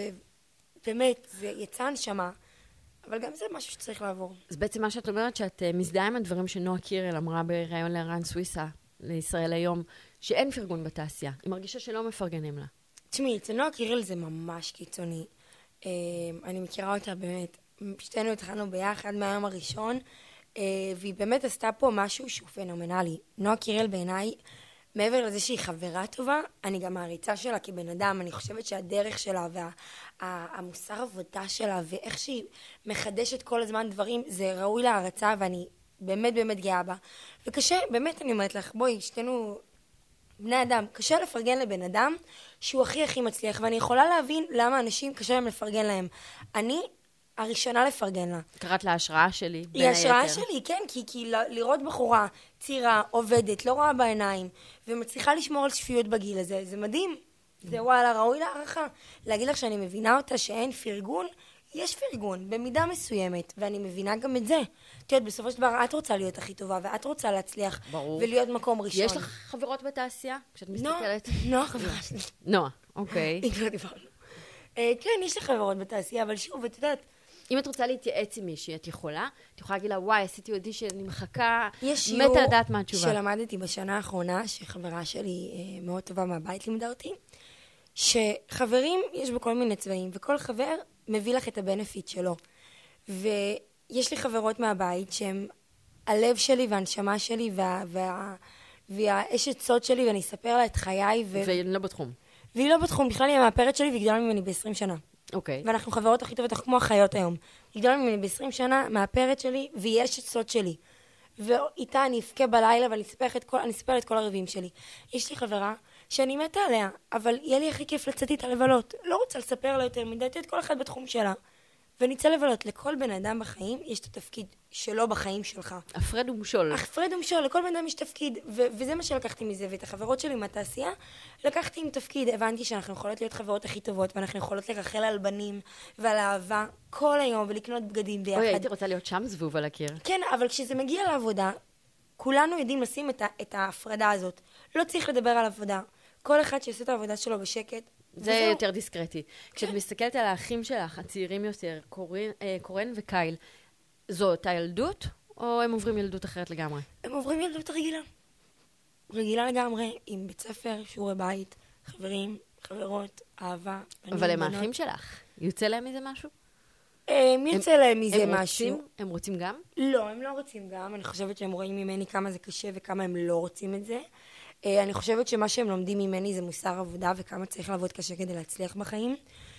C: ובאמת, זה יצא הנשמה. אבל גם זה משהו שצריך לעבור.
A: אז בעצם מה שאת אומרת, שאת uh, מזדהה עם הדברים שנועה קירל אמרה בראיון לערן סוויסה, לישראל היום, שאין פרגון בתעשייה. היא מרגישה שלא מפרגנים לה.
C: תשמעי, אצל נועה קירל זה ממש קיצוני. Uh, אני מכירה אותה באמת. שתינו התחלנו ביחד מהיום הראשון, uh, והיא באמת עשתה פה משהו שהוא פנומנלי. נועה קירל בעיניי, מעבר לזה שהיא חברה טובה, אני גם מעריצה שלה כבן אדם. אני חושבת שהדרך שלה והמוסר עבודה שלה ואיך שהיא מחדשת כל הזמן דברים, זה ראוי להערצה, ואני באמת באמת גאה בה. וקשה, באמת אני אומרת לך, בואי, שתינו בני אדם, קשה לפרגן לבן אדם שהוא הכי הכי מצליח, ואני יכולה להבין למה אנשים קשה להם לפרגן להם. אני הראשונה לפרגן לה.
A: קראת לה השראה שלי, בין
C: היא
A: היתר.
C: השראה שלי, כן, כי, כי לראות בחורה צעירה, עובדת, לא רואה בעיניים, ומצליחה לשמור על שפיות בגיל הזה, זה מדהים. זה וואלה, ראוי להערכה. להגיד לך שאני מבינה אותה שאין פרגון, יש פרגון, במידה מסוימת, ואני מבינה גם את זה. תראית, בסופו של דבר, את רוצה להיות הכי טובה, ואת רוצה להצליח,
A: ברור.
C: ולהיות מקום ראשון.
A: יש לך חברות בתעשייה? כשאת מסתכלת?
C: נועה חברה שלי.
A: נועה, אוקיי.
C: לא דיברנו. כן, יש לי חברות בתעשייה, אבל שוב, את יודעת,
A: אם את רוצה להתייעץ עם מישהי, את יכולה? את יכולה להגיד לה, וואי, עשיתי אודישן, אני מחכה,
C: יש
A: מתה לדעת מה התשובה.
C: שלמדתי בשנה האחרונה, שחברה שלי אה, מאוד טובה מהבית לימדה אותי, שחברים יש בכל מיני צבעים, וכל חבר מביא לך את הבנפיט שלו. ויש לי חברות מהבית שהן הלב שלי והנשמה שלי, וה, וה, והאשת סוד שלי, ואני אספר לה את חיי. ו...
A: והיא לא בתחום.
C: והיא לא בתחום, בכלל היא המאפרת שלי, והיא גדולה ממני ב-עשרים שנה.
A: אוקיי.
C: ואנחנו חברות הכי טובות, אנחנו כמו החיות היום. היא גדולה ממני ב-עשרים שנה, מאפרת שלי, והיא אשת סוד שלי. ואיתה אני אבכה בלילה, ואני אספר את כל, אני אספר את כל הרבים שלי. יש לי חברה שאני מתה עליה, אבל יהיה לי הכי כיף לצאת איתה לבלות. לא רוצה לספר לה יותר מדי, את כל אחד בתחום שלה. ונצא לבלות. לכל בן אדם בחיים יש את התפקיד שלו בחיים שלך.
A: הפרד ומשול.
C: הפרד ומשול, לכל בן אדם יש תפקיד, ו- וזה מה שלקחתי מזה. ואת החברות שלי מהתעשייה, לקחתי עם תפקיד. הבנתי שאנחנו יכולות להיות חברות הכי טובות, ואנחנו יכולות לרחל על בנים ועל אהבה כל היום, ולקנות בגדים ביחד.
A: אוי, הייתי רוצה להיות שם זבוב על הקיר.
C: כן, אבל כשזה מגיע לעבודה, כולנו יודעים לשים את, ה- את ההפרדה הזאת. לא צריך לדבר על עבודה. כל אחד שיעשה את העבודה שלו בשקט.
A: זה
C: וזהו.
A: יותר דיסקרטי. כשאת מסתכלת על האחים שלך, הצעירים יותר, קורן, אה, קורן וקייל, זו אותה ילדות, או הם עוברים ילדות אחרת לגמרי?
C: הם עוברים ילדות רגילה. רגילה לגמרי, עם בית ספר, שיעורי בית, חברים, חברות, אהבה.
A: אבל הם האחים שלך. יוצא להם מזה משהו?
C: הם יוצא להם מזה
A: הם
C: משהו.
A: רוצים? הם רוצים גם?
C: לא, הם לא רוצים גם. אני חושבת שהם רואים ממני כמה זה קשה וכמה הם לא רוצים את זה. אני חושבת שמה שהם לומדים ממני זה מוסר עבודה וכמה צריך לעבוד קשה כדי להצליח בחיים.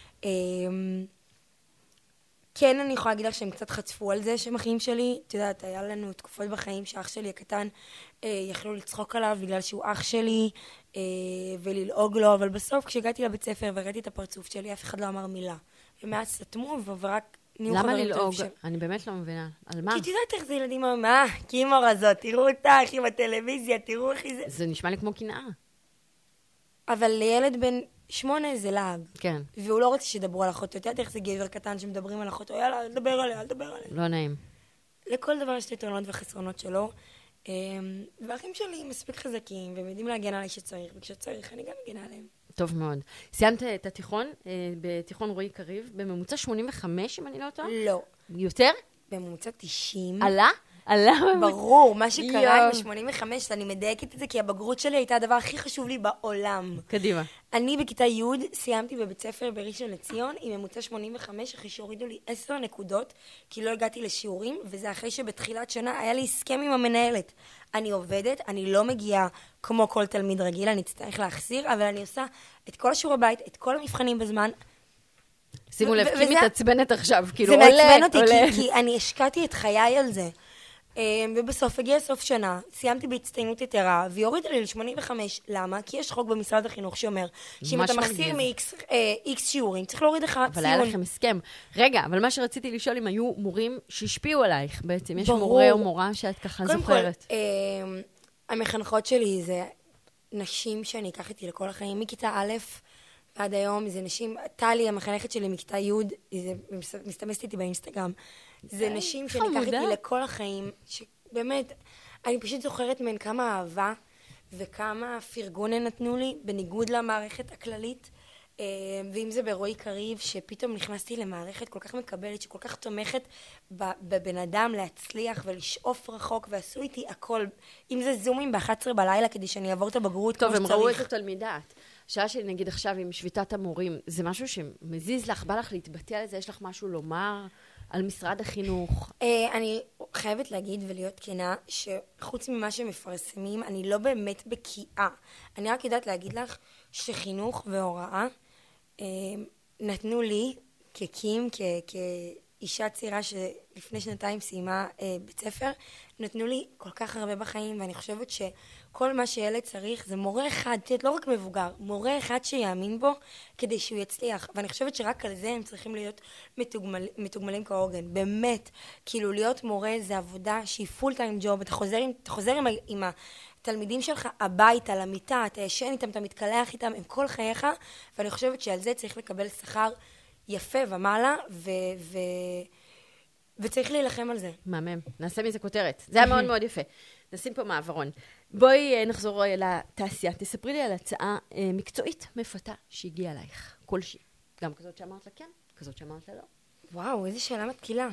C: כן, אני יכולה להגיד לך שהם קצת חצפו על זה שהם אחים שלי. את יודעת, היה לנו תקופות בחיים שאח שלי הקטן יכלו לצחוק עליו בגלל שהוא אח שלי וללעוג לו, אבל בסוף כשהגעתי לבית ספר וראיתי את הפרצוף שלי, אף אחד לא אמר מילה. ומאז סתמו ורק נהיו
A: למה
C: חברים
A: ללעוג?
C: טובים של-
A: אני באמת לא מבינה. על מה?
C: כי את יודעת איך זה ילדים, מה? קימור הזאת, תראו אותך עם הטלוויזיה, תראו איך זה...
A: זה נשמע לי כמו קנאה.
C: אבל לילד בן שמונה זה לעג.
A: כן,
C: והוא לא רוצה שידברו על אחותו. את יודעת איך זה גבר קטן שמדברים על אחותו, יאללה, אל תדבר עליה, אל תדבר עליה.
A: לא נעים.
C: לכל דבר יש את היתרונות והחסרונות שלו. אמ, והאחים שלי מספיק חזקים, והם יודעים להגן עליי שצריך, וכשצריך אני גם מגנה עליהם.
A: טוב מאוד. סיימת את התיכון, אה, בתיכון רועי קריב, בממוצע שמונים וחמש, אם אני לא טועה?
C: לא.
A: יותר?
C: בממוצע תשעים.
A: עלה? עלה?
C: ברור, מה שקרה
A: יואו.
C: עם ה-שמונים וחמש, אני מדייקת את זה, כי הבגרות שלי הייתה הדבר הכי חשוב לי בעולם.
A: קדימה.
C: אני בכיתה י' סיימתי בבית ספר בראשון לציון עם ממוצע שמונים וחמש, אחרי שהורידו לי עשר נקודות, כי לא הגעתי לשיעורים, וזה אחרי שבתחילת שנה היה לי הסכם עם המנהלת. אני עובדת, אני לא מגיעה כמו כל תלמיד רגיל, אני אצטרך להחזיר, אבל אני עושה את כל השיעורי בית, את כל המבחנים בזמן.
A: שימו לב,
C: ו-
A: כי
C: וזה-
A: מתעצבנת עכשיו, כאילו
C: זה
A: עולה,
C: מעצבן אותי,
A: עולה.
C: כי, כי אני השקעתי את חיי על זה. אמ, ובסוף הגיע סוף שנה, סיימתי בהצטיינות יתרה, והיא הורידה לי ל-שמונים וחמש. למה? כי יש חוק במשרד החינוך שאומר שאם
A: ממש
C: אתה מחסיר
A: מרגיז.
C: מ-X שיעורים, צריך להוריד לך ציון.
A: אבל היה לכם הסכם. רגע, אבל מה שרציתי לשאול, אם היו מורים שהשפיעו עלייך בעצם, יש
C: ברור.
A: מורה או מורה שאת ככה
C: קודם
A: זוכרת.
C: כל, אמ, המחנכות שלי זה נשים שאני אקח איתי לכל החיים, מכיתה א' ועד היום, זה נשים, טלי, המחנכת שלי מכיתה י', זה מסתמסת איתי באינסטגרם, זה נשים שאני אקח
A: חמודה.
C: איתי לכל החיים, שבאמת, אני פשוט זוכרת מהן כמה אהבה וכמה פרגון הן נתנו לי, בניגוד למערכת הכללית, אה, ואם זה ברועי קריב, שפתאום נכנסתי למערכת כל כך מקבלת, שכל כך תומכת ב- בבן אדם להצליח ולשאוף רחוק, ועשו איתי הכל, אם זה זומים ב-אחת עשרה בלילה כדי שאני אעבור את הבגרות
A: טוב,
C: כמו
A: הם
C: שצריך.
A: ראו איזה תלמידה את. השעה שלי, נגיד עכשיו, עם שביתת המורים, זה משהו שמזיז לך, בא לך להתבטא על זה, יש לך משהו לומר על משרד החינוך?
C: אה, אני חייבת להגיד ולהיות כנה, שחוץ ממה שמפרסמים, אני לא באמת בקיאה. אני רק יודעת להגיד לך שחינוך והוראה אה, נתנו לי, כקים, כ- כאישה צעירה שלפני שנתיים סיימה אה, בית ספר, נתנו לי כל כך הרבה בחיים, ואני חושבת שכל מה שילד צריך זה מורה אחד, תראית, לא רק מבוגר, מורה אחד שיאמין בו כדי שהוא יצליח. ואני חושבת שרק על זה הם צריכים להיות מתוגמל, מתוגמלים כהוגן. באמת, כאילו להיות מורה זה עבודה שהיא פול טיים ג'וב, אתה חוזר עם, אתה חוזר עם, ה- עם התלמידים שלך הביתה, למיטה, אתה ישן איתם, אתה מתקלח איתם, עם כל חייך, ואני חושבת שעל זה צריך לקבל שכר יפה ומעלה, ו... ו וצריך להילחם על זה.
A: מהמם. נעשה מזה כותרת. זה היה מאוד מאוד יפה. נשים פה מעברון. בואי אה, נחזור אה, לתעשייה. תספרי לי על הצעה אה, מקצועית מפתה שהגיעה אלייך. כלשהי. גם כזאת שאמרת לה כן, כזאת שאמרת לה לא.
C: וואו, איזה שאלה מתקילה.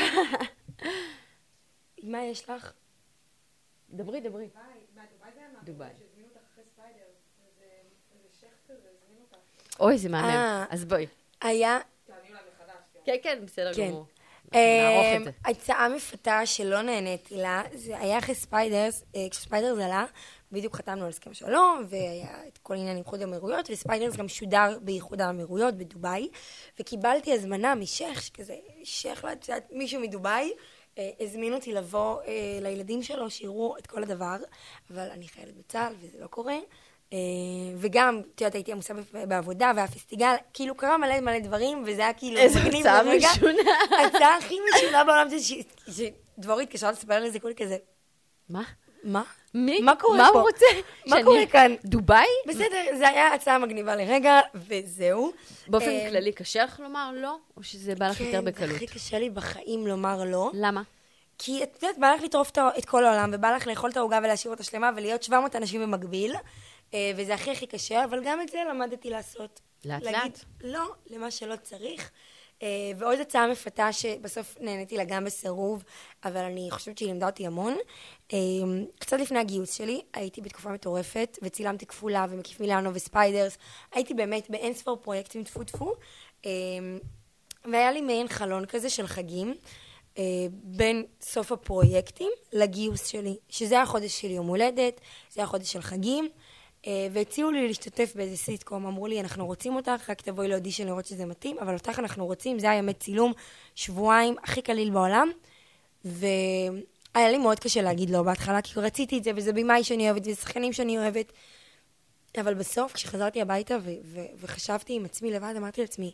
C: מה יש לך?
A: דברי, דברי.
B: דובאי, מה, דובאי זה היה מהפעם
A: דובאי.
B: שהזמינו אותך אחרי ספיידר. איזה איזה שייח כזה, הזמין אותך.
A: אוי, זה מהמם.
C: אה.
A: אז בואי.
C: היה
B: תעני אולי מחדש.
A: כן, כן, בסדר
C: כן.
A: גמור. נערוך את
C: אמ,
A: זה.
C: הצעה מפתה שלא נהניתי לה, זה היה אחרי ספיידרס, אה, כשספיידרס עלה, בדיוק חתמנו על הסכם שלום, והיה את כל עניין איחוד האמירויות, וספיידרס גם שודר באיחוד האמירויות בדובאי, וקיבלתי הזמנה משייח, שכזה, שייח, לא יודעת, מישהו מדובאי, אה, הזמין אותי לבוא אה, לילדים שלו, שיראו את כל הדבר, אבל אני חיילת בצה"ל, וזה לא קורה. אה, וגם, את יודעת, הייתי עמוסה בפ- בעבודה, והפסטיגל, כאילו קרה מלא מלא דברים, וזה היה כאילו
A: איזו
C: מגניב
A: הצעה
C: לרגע.
A: משונה.
C: ההצעה הכי משונה בעולם זה ש- שדבורית התקשרה לספר לזה כולי כזה,
A: מה?
C: מה?
A: מי?
C: מה קורה
A: מה
C: פה?
A: הוא רוצה?
C: מה
A: שאני-
C: קורה כאן?
A: דובאי?
C: בסדר, זה היה הצעה מגניבה לרגע, וזהו.
A: באופן
C: אה,
A: כללי קשה לך לומר לא? או שזה בא לך יותר
C: כן, זה
A: בקלות?
C: הכי קשה לי בחיים לומר לא.
A: למה?
C: כי את יודעת, בא לך לטרוף את ה- את כל העולם, ובא לך לאכול את העוגה ולהשאיר אותה שלמה, ולהיות שבע מאות אנשים במקביל, אה, וזה הכי הכי קשה, אבל גם את זה למדתי לעשות.
A: לאט
C: להגיד
A: לאט.
C: לא למה שלא צריך. אה, ועוד הצעה מפתה שבסוף נהניתי לה גם בסירוב, אבל אני חושבת שהיא לימדה אותי המון. אה, קצת לפני הגיוס שלי, הייתי בתקופה מטורפת, וצילמתי כפולה ומקיף מילאנו וספיידרס. הייתי באמת באין ספור פרויקטים טפו טפו, אה, והיה לי מעין חלון כזה של חגים, אה, בין סוף הפרויקטים לגיוס שלי, שזה החודש של יום הולדת, זה החודש של חגים, אה, והציעו לי להשתתף באיזה סיטקום, אמרו לי, אנחנו רוצים אותך, רק תבואי לאודישן לראות שזה מתאים, אבל אותך אנחנו רוצים, זה היה ימי צילום, שבועיים, הכי קליל בעולם, והיה לי מאוד קשה להגיד לא בהתחלה, כי רציתי את זה, וזה בימאי שאני אוהבת, וזה שחקנים שאני אוהבת, אבל בסוף, כשחזרתי הביתה ו- ו- וחשבתי עם עצמי לבד, אמרתי לעצמי,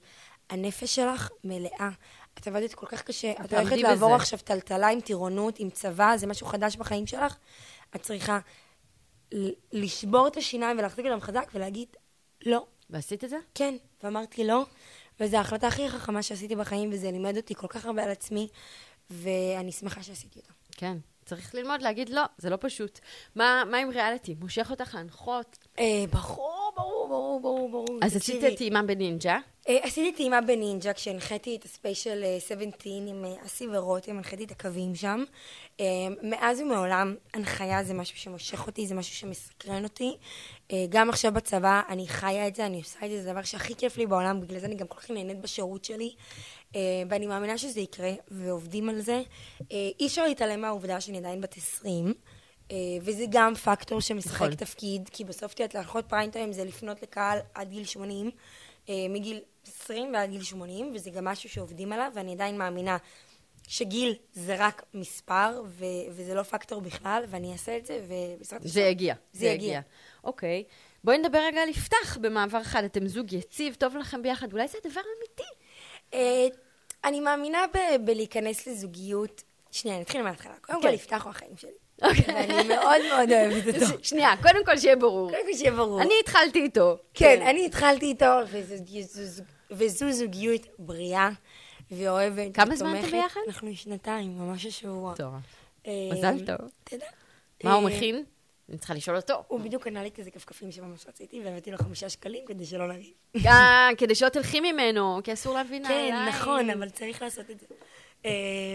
C: הנפש שלך מלאה. את עבדת כל כך קשה, את
A: תעמדי
C: הולכת לעבור
A: בזה.
C: עכשיו טלטלה עם טירונות, עם צבא, זה משהו חדש בחיים שלך. את צריכה ל- לשבור את השיניים ולהחזיק אותם חזק ולהגיד, לא,
A: ועשית את זה?
C: כן. ואמרתי לא, וזו ההחלטה הכי חכמה שעשיתי בחיים, וזה לימד אותי כל כך הרבה על עצמי, ואני שמחה שעשיתי אותה.
A: כן. צריך ללמוד להגיד לא, זה לא פשוט. מה, מה עם ריאליטי? מושך אותך להנחות?
C: אה, ברור, ברור, ברור, ברור, ברור.
A: אז עשית
C: תקשיבי,
A: טעימה בנינג'ה?
C: אה, עשיתי טעימה בנינג'ה כשהנחיתי את הספיישל אה, שבע עשרה עם אה, אסי ורותם, הנחיתי את הקווים שם. אה, מאז ומעולם, הנחיה זה משהו שמושך אותי, זה משהו שמסקרן אותי. אה, גם עכשיו בצבא, אני חיה את זה, אני עושה את זה, זה הדבר שהכי כיף לי בעולם, בגלל זה אני גם כל כך נהנית בשירות שלי. אה, ואני מאמינה שזה יקרה, ועובדים על זה. אה, אי אפשר להתעלם מהעובדה שאני עדיין בת עשרים, אה, וזה גם פקטור שמשחק
A: נכון.
C: תפקיד, כי בסוף תהיה להנחות פריים טיים זה לפנות לקהל עד גיל שמונים, אה, מגיל עשרים ועד גיל שמונים, וזה גם משהו שעובדים עליו, ואני עדיין מאמינה שגיל זה רק מספר, ו- וזה לא פקטור בכלל, ואני אעשה את זה, ובעזרת
A: זה
C: השם,
A: יגיע.
C: זה יגיע.
A: אוקיי. בואי נדבר רגע על יפתח במעבר אחד. אתם זוג יציב, טוב לכם ביחד. אולי זה הדבר אמיתי.
C: אה, אני מאמינה ב- בלהיכנס לזוגיות. שנייה, נתחיל מההתחלה. קודם
A: כן.
C: כל, יפתח הוא החיים שלי. ואני מאוד מאוד אוהבת אותו.
A: שנייה, קודם כל שיהיה ברור.
C: קודם כל שיהיה ברור.
A: אני התחלתי איתו.
C: כן, אני התחלתי איתו, וזו- וזו- וזו זוגיות בריאה ואוהבת.
A: כמה זמן
C: ותומכת.
A: אתם ביחד?
C: אנחנו שנתיים, ממש השבוע.
A: טוב.
C: אה,
A: מזל טוב.
C: תודה.
A: מה הוא
C: אה,
A: מכין? אני צריכה לשאול אותו.
C: הוא בדיוק קנה לי כזה כפכפים שממש רציתי, והבאתי לו חמישה שקלים כדי שלא נריב.
A: אה, כדי שלא תלכי ממנו, כי אסור להביא נעליים.
C: כן, נכון, אבל צריך לעשות את זה. אה,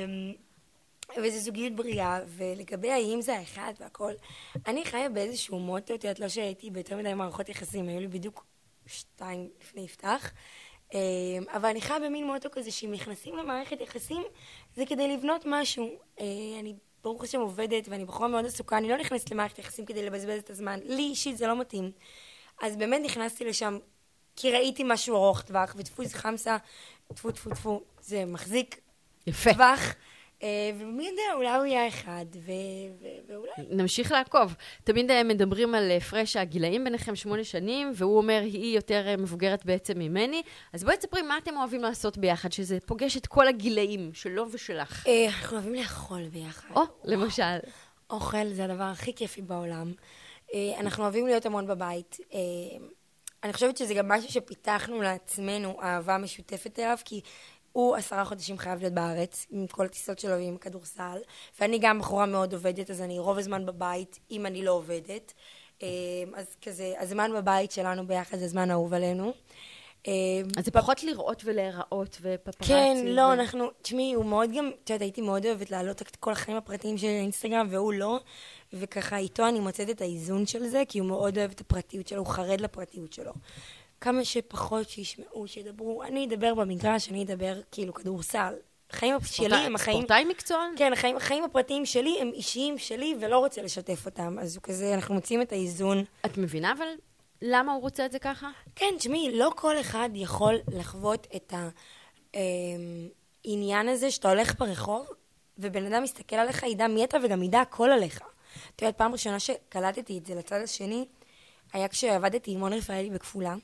C: וזו זוגיות בריאה, ולגבי האם זה האחד והכל, אני חיה באיזשהו מוטו, את יודעת, לא שהייתי ביותר מדי מערכות יחסים, היו לי בדיוק שתיים לפני יפתח, אה, אבל אני חיה במין מוטו כזה, שאם נכנסים למערכת יחסים, זה כדי לבנות משהו. אה, אני ברוך השם עובדת, ואני בחורה מאוד עסוקה, אני לא נכנסת למערכת יחסים כדי לבזבז את הזמן, לי אישית זה לא מתאים. אז באמת נכנסתי לשם, כי ראיתי משהו ארוך טווח, ודפוס חמסה, טפו טפו טפו, זה מחזיק
A: יפה.
C: טווח, אה, ומי יודע, אולי הוא יהיה אחד, ו- ו- ואולי...
A: נמשיך לעקוב. תמיד אה, מדברים על הפרש הגילאים ביניכם שמונה שנים, והוא אומר, היא יותר אה, מבוגרת בעצם ממני. אז בואי תספרי מה אתם אוהבים לעשות ביחד, שזה פוגש את כל הגילאים שלו ושלך.
C: אה, אנחנו אוהבים לאכול ביחד.
A: או, למשל.
C: אוכל זה הדבר הכי כיפי בעולם. אה, אנחנו אוהבים להיות המון בבית. אה, אני חושבת שזה גם משהו שפיתחנו לעצמנו, אהבה משותפת אליו, כי הוא עשרה חודשים חייב להיות בארץ, עם כל הטיסות שלו ועם כדורסל, ואני גם בחורה מאוד עובדת, אז אני רוב הזמן בבית, אם אני לא עובדת. אה, אז כזה, הזמן בבית שלנו ביחד זה זמן אהוב עלינו. אה,
A: אז זה פחות לראות ולהיראות ופפרצי.
C: כן, לא,
A: ו-
C: אנחנו, תשמעי, הוא מאוד גם, את יודעת, הייתי מאוד אוהבת להעלות את כל החיים הפרטיים של האינסטגרם, והוא לא, וככה איתו אני מוצאת את האיזון של זה, כי הוא מאוד אוהב את הפרטיות שלו, הוא חרד לפרטיות שלו. כמה שפחות שישמעו, שידברו, אני אדבר במגרש, אני אדבר כאילו כדורסל. החיים שלי הם החיים...
A: ספורטאי מקצוען?
C: כן, החיים, החיים הפרטיים שלי הם אישיים שלי, ולא רוצה לשתף אותם, אז הוא כזה, אנחנו מוצאים את האיזון.
A: את מבינה אבל למה הוא רוצה את זה ככה?
C: כן, תשמעי, לא כל אחד יכול לחוות את העניין הזה שאתה הולך ברחוב, ובן אדם מסתכל עליך, ידע מי אתה וגם ידע הכל עליך. את יודעת, פעם ראשונה שקלטתי את זה לצד השני, היה כשעבדתי עם מון רפאלי בכפולה,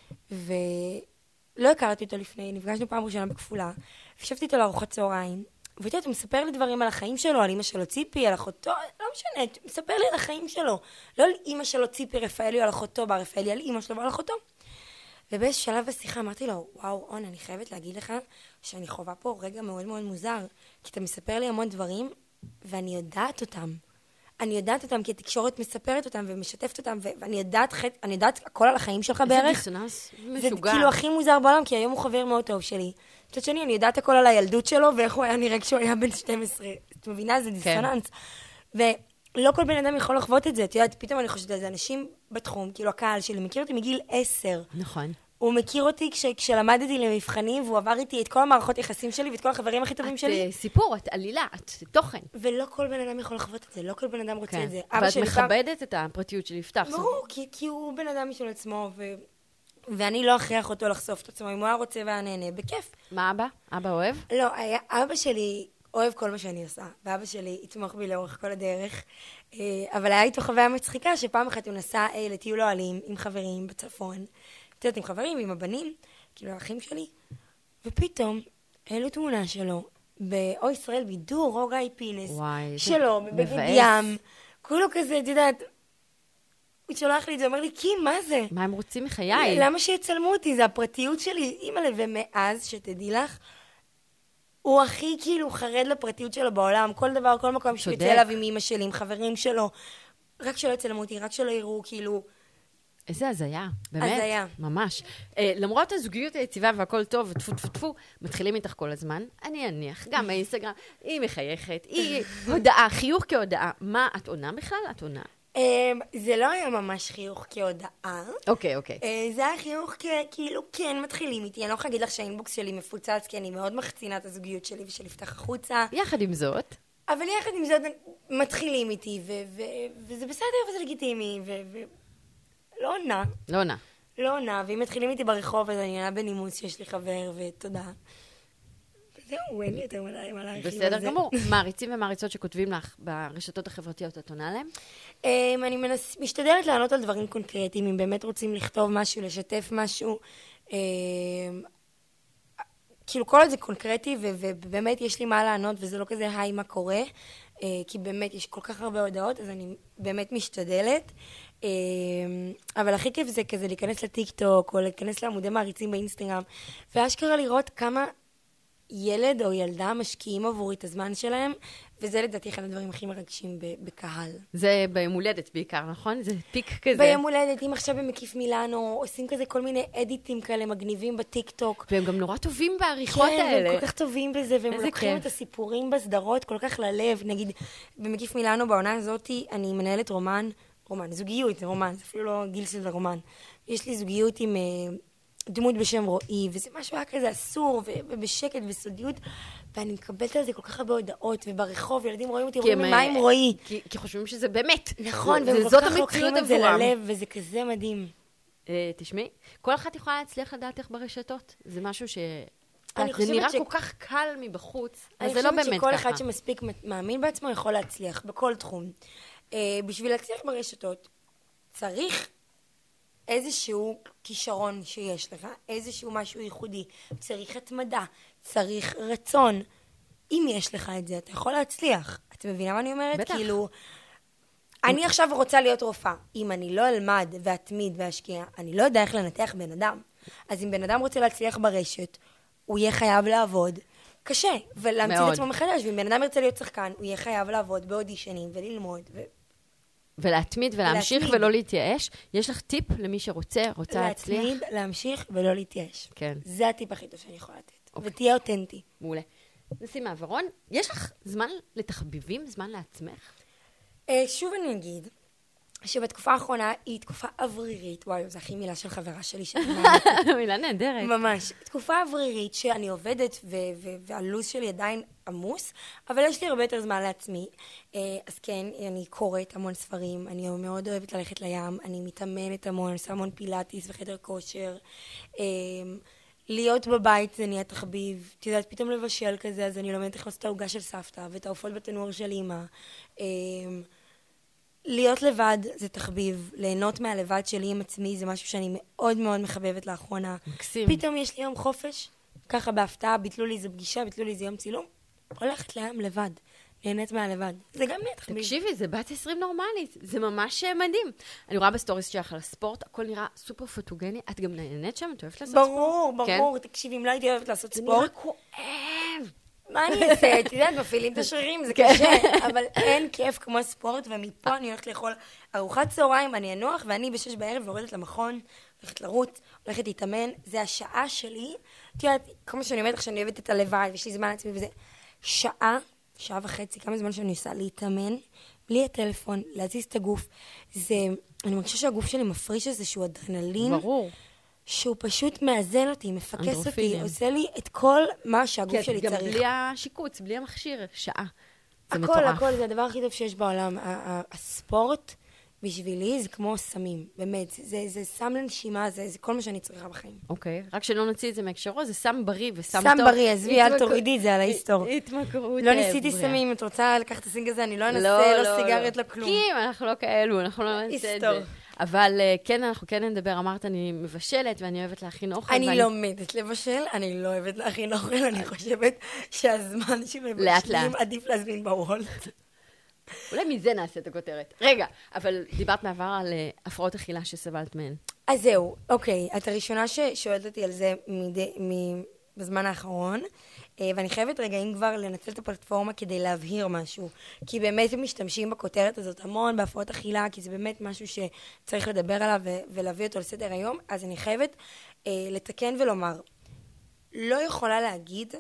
C: ולא הכרתי אותו לפני, נפגשנו פעם ראשונה בכפולה, ושבתי איתו לארוחת צהריים, ואתה יודעת, הוא מספר לי דברים על החיים שלו, על אמא שלו ציפי, על אחותו, לא משנה, הוא מספר לי על החיים שלו. לא על אמא שלו ציפי רפאלי או על אחותו בר רפאלי, על אמא שלו ועל אחותו. ובאיזשהו שלב בשיחה אמרתי לו, וואו, און, אני חייבת להגיד לך שאני חווה פה רגע מאוד מאוד מוזר, כי אתה מספר לי המון דברים, ואני יודעת אותם. אני יודעת אותם, כי התקשורת מספרת אותם ומשתפת אותם, ו- ואני יודעת, חט... אני יודעת הכל על החיים שלך בערך.
A: איזה דיסוננס
C: זה
A: משוגע.
C: כאילו הכי מוזר בעולם, כי היום הוא חבר מאוד טוב שלי. מצד שני, אני יודעת הכל על הילדות שלו, ואיך הוא היה נראה כשהוא היה בן שתים עשרה. את מבינה? זה דיסוננס. ולא כל בן אדם יכול לחוות את זה. את יודעת, פתאום אני חושבת על זה, אנשים בתחום, כאילו הקהל שלי, מכיר אותי מגיל עשר.
A: נכון.
C: הוא מכיר אותי כש, כשלמדתי למבחנים, והוא עבר איתי את כל המערכות יחסים שלי, ואת כל החברים הכי טובים
A: את
C: שלי.
A: אה, סיפור, את עלילה, את תוכן.
C: ולא כל בן אדם יכול לחוות את זה, לא כל בן אדם רוצה
A: כן.
C: את זה. אבא
A: ואת
C: שלי פעם-
A: מכבדת את הפרטיות של יפתח.
C: ברור, כי, כי הוא בן אדם משל עצמו, ו... ואני לא אכריח אותו לחשוף את עצמו, אם הוא היה רוצה והיה נהנה, בכיף.
A: מה אבא? אבא אוהב?
C: לא, היה, אבא שלי אוהב כל מה שאני עושה, ואבא שלי יתמוך בי לאורך כל הדרך, אה, אבל היה איתו חוויה מצחיקה, שפעם אחת הוא נסע אה, לטיול אוהלים עם חברים בצפון, את יודעת, עם חברים, עם הבנים, כאילו האחים שלי, ופתאום העלו תמונה שלו, באו ישראל בידור, או גיא פינס,
A: וואי,
C: שלו, בבגד ים, כולו כזה, את יודעת, הוא שולח לי את זה, אומר לי, קים, מה זה?
A: מה הם רוצים מחיי?
C: למה שיצלמו אותי? זה הפרטיות שלי, אימא'לה, ומאז, שתדעי לך, הוא הכי כאילו חרד לפרטיות שלו בעולם, כל דבר, כל מקום שהוא יצא אליו עם אמא שלי, עם חברים שלו, רק שלא יצלמו אותי, רק שלא יראו, כאילו...
A: איזה הזיה, באמת,
C: הזיה.
A: ממש. אה, למרות הזוגיות היציבה והכל טוב, טפו טפו טפו, מתחילים איתך כל הזמן, אני אניח, גם באינסטגרם, היא מחייכת, היא הודעה, חיוך כהודעה. מה, את עונה בכלל? את עונה.
C: זה לא היה ממש חיוך כהודעה.
A: אוקיי, אוקיי.
C: זה היה חיוך כאילו, כן, מתחילים איתי. אני לא יכולה להגיד לך שהאינבוקס שלי מפוצץ, כי אני מאוד מחצינה את הזוגיות שלי ושל לפתח החוצה.
A: יחד עם זאת.
C: אבל יחד עם זאת, מתחילים איתי, וזה בסדר וזה לגיטימי, ולא עונה.
A: לא עונה.
C: לא עונה, ואם מתחילים איתי ברחוב, אז אני עונה בנימוס שיש לי חבר, ותודה. זהו, אין לי יותר מדי מה להרחיב על זה.
A: בסדר גמור. מעריצים ומעריצות שכותבים לך ברשתות החברתיות, את עונה להם?
C: אני משתדלת לענות על דברים קונקרטיים, אם באמת רוצים לכתוב משהו, לשתף משהו. כאילו כל עוד זה קונקרטי, ובאמת יש לי מה לענות, וזה לא כזה היי מה קורה, כי באמת יש כל כך הרבה הודעות, אז אני באמת משתדלת. אבל הכי כיף זה כזה להיכנס לטיק טוק, או להיכנס לעמודי מעריצים באינסטגרם, ואשכרה לראות כמה ילד או ילדה משקיעים עבורי את הזמן שלהם, וזה לדעתי אחד הדברים הכי מרגשים בקהל.
A: זה ביום הולדת בעיקר, נכון? זה פיק כזה.
C: ביום הולדת, אם עכשיו במקיף מילאנו, עושים כזה כל מיני אדיטים כאלה מגניבים בטיק טוק.
A: והם גם נורא טובים בעריכות
C: כן,
A: האלה.
C: כן, והם כל כך טובים בזה, והם לוקחים את הסיפורים בסדרות כל כך ללב. נגיד, במקיף מילאנו, בעונה הזאת, אני מנהלת רומן, רומן, זוגיות, זה רומן, זה אפילו לא גיל של רומן. יש לי זוגיות עם דמות בשם רועי, וזה משהו היה כזה אסור, ובשקט וסודיות, ואני מקבלת על זה כל כך הרבה הודעות, וברחוב ילדים רואים אותי, אומרים לי, מה עם רועי?
A: כי, כי חושבים שזה באמת.
C: נכון, והם כל כך לוקחים את זה ללב, וזה כזה מדהים.
A: אה, תשמעי, כל אחת יכולה להצליח לדעת איך ברשתות. זה משהו ש...
C: זה
A: נראה כל כך קל מבחוץ, אז זה לא באמת ככה.
C: אני חושבת שכל אחד שמספיק מאמין בעצמו יכול להצליח, בכל תחום. בשביל להצליח ברשתות, צריך איזשהו כישרון שיש לך, איזשהו משהו ייחודי, צריך התמדה, צריך רצון. אם יש לך את זה, אתה יכול להצליח. את מבינה מה אני אומרת?
A: בטח.
C: כאילו, אני עכשיו רוצה להיות רופאה. אם אני לא אלמד ואתמיד ואשקיע, אני לא יודע איך לנתח בן אדם. אז אם בן אדם רוצה להצליח ברשת, הוא יהיה חייב לעבוד קשה, ולהמציא את עצמו מחדש. ואם בן אדם ירצה להיות שחקן, הוא יהיה חייב לעבוד באודישנים וללמוד. ו...
A: ולהתמיד ולהמשיך ולהתמיד. ולא להתייאש. יש לך טיפ למי שרוצה, רוצה להצליח?
C: להתמיד, להמשיך ולא להתייאש.
A: כן.
C: זה הטיפ הכי טוב שאני יכולה לתת. אוקיי. ותהיה אותנטי.
A: מעולה. נשים מעברון. יש לך זמן לתחביבים, זמן לעצמך?
C: שוב אני אגיד, שבתקופה האחרונה היא תקופה אוורירית. וואי, זו הכי מילה של חברה שלי.
A: מילה נהדרת.
C: ממש. תקופה אוורירית שאני עובדת והלו"ז שלי עדיין עמוס, אבל יש לי הרבה יותר זמן לעצמי. אז כן, אני קוראת המון ספרים, אני מאוד אוהבת ללכת לים, אני מתאמנת המון, עושה המון פילאטיס וחדר כושר. להיות בבית זה נהיה תחביב. את יודעת, פתאום לבשל כזה, אז אני לומדת איך לעשות את העוגה של סבתא ואת העופות בתנור של אמא. להיות לבד זה תחביב, ליהנות מהלבד שלי עם עצמי זה משהו שאני מאוד מאוד מחבבת לאחרונה.
A: מקסים.
C: פתאום יש לי יום חופש, ככה בהפתעה, ביטלו לי איזה פגישה, ביטלו לי איזה יום צילום, הולכת לים לבד, נהנית מהלבד. זה גם נהיה תחביב.
A: תקשיבי, זה בת עשרים נורמלית, זה ממש מדהים. אני רואה בסטוריס שלך על הספורט, הכל נראה סופר פוטוגני, את גם נהנית שם, את אוהבת לעשות ספורט?
C: ברור, ברור, תקשיבי, אם לא הייתי אוהבת לעשות ספורט.
A: זה נראה כואב.
C: מה אני אעשה? את יודעת, מפעילים את השרירים, זה קשה, אבל אין כיף כמו ספורט, ומפה אני הולכת לאכול ארוחת צהריים, אני אנוח, ואני בשש בערב יורדת למכון, הולכת לרוץ, הולכת להתאמן, זה השעה שלי, את יודעת, כמו שאני אומרת לך שאני אוהבת את הלבד, ויש לי זמן לעצמי וזה, שעה, שעה וחצי, כמה זמן שאני עושה להתאמן, בלי הטלפון, להזיז את הגוף, זה, אני מרגישה שהגוף שלי מפריש איזשהו אדרנלין,
A: ברור.
C: שהוא פשוט מאזן אותי, מפקס אותי, עושה לי את כל מה שהגוף שלי צריך.
A: גם בלי השיקוץ, בלי המכשיר, שעה. זה
C: הכל,
A: מטורף.
C: הכל, זה הדבר הכי טוב שיש בעולם. הספורט, בשבילי, זה כמו סמים, באמת. זה, זה סם לנשימה, זה, זה כל מה שאני צריכה בחיים.
A: אוקיי, רק שלא נוציא את זה מהקשרו, זה סם בריא וסם טוב.
C: סם בריא, עזבי, אל תורידי את זה על ההיסטור.
A: התמכרות.
C: לא ניסיתי סמים, את רוצה לקחת את הסינג הזה, אני לא אנסה, לא סיגריות, לא כלום.
A: קים, אנחנו לא כאלו, אנחנו לא נעשה את זה. אבל אה, כן, אנחנו כן נדבר, אמרת, אני מבשלת ואני אוהבת להכין אוכל.
C: אני
A: ואני-
C: לומדת לבשל, אני לא אוהבת להכין אוכל, אני חושבת שהזמן
A: לאט,
C: שמבשלים
A: לאט.
C: עדיף להזמין בוולט.
A: אולי מזה נעשה את הכותרת. רגע, אבל דיברת מעבר על אה, הפרעות אכילה שסבלת מהן.
C: אז זהו, אוקיי, את הראשונה ששואלת אותי על זה מדי, מ... בזמן האחרון, אה, ואני חייבת רגע, אם כבר, לנצל את הפלטפורמה כדי להבהיר משהו. כי באמת הם משתמשים בכותרת הזאת המון, בהפרעות אכילה, כי זה באמת משהו שצריך לדבר עליו ו- ולהביא אותו לסדר היום, אז אני חייבת אה, לתקן ולומר, לא יכולה להגיד,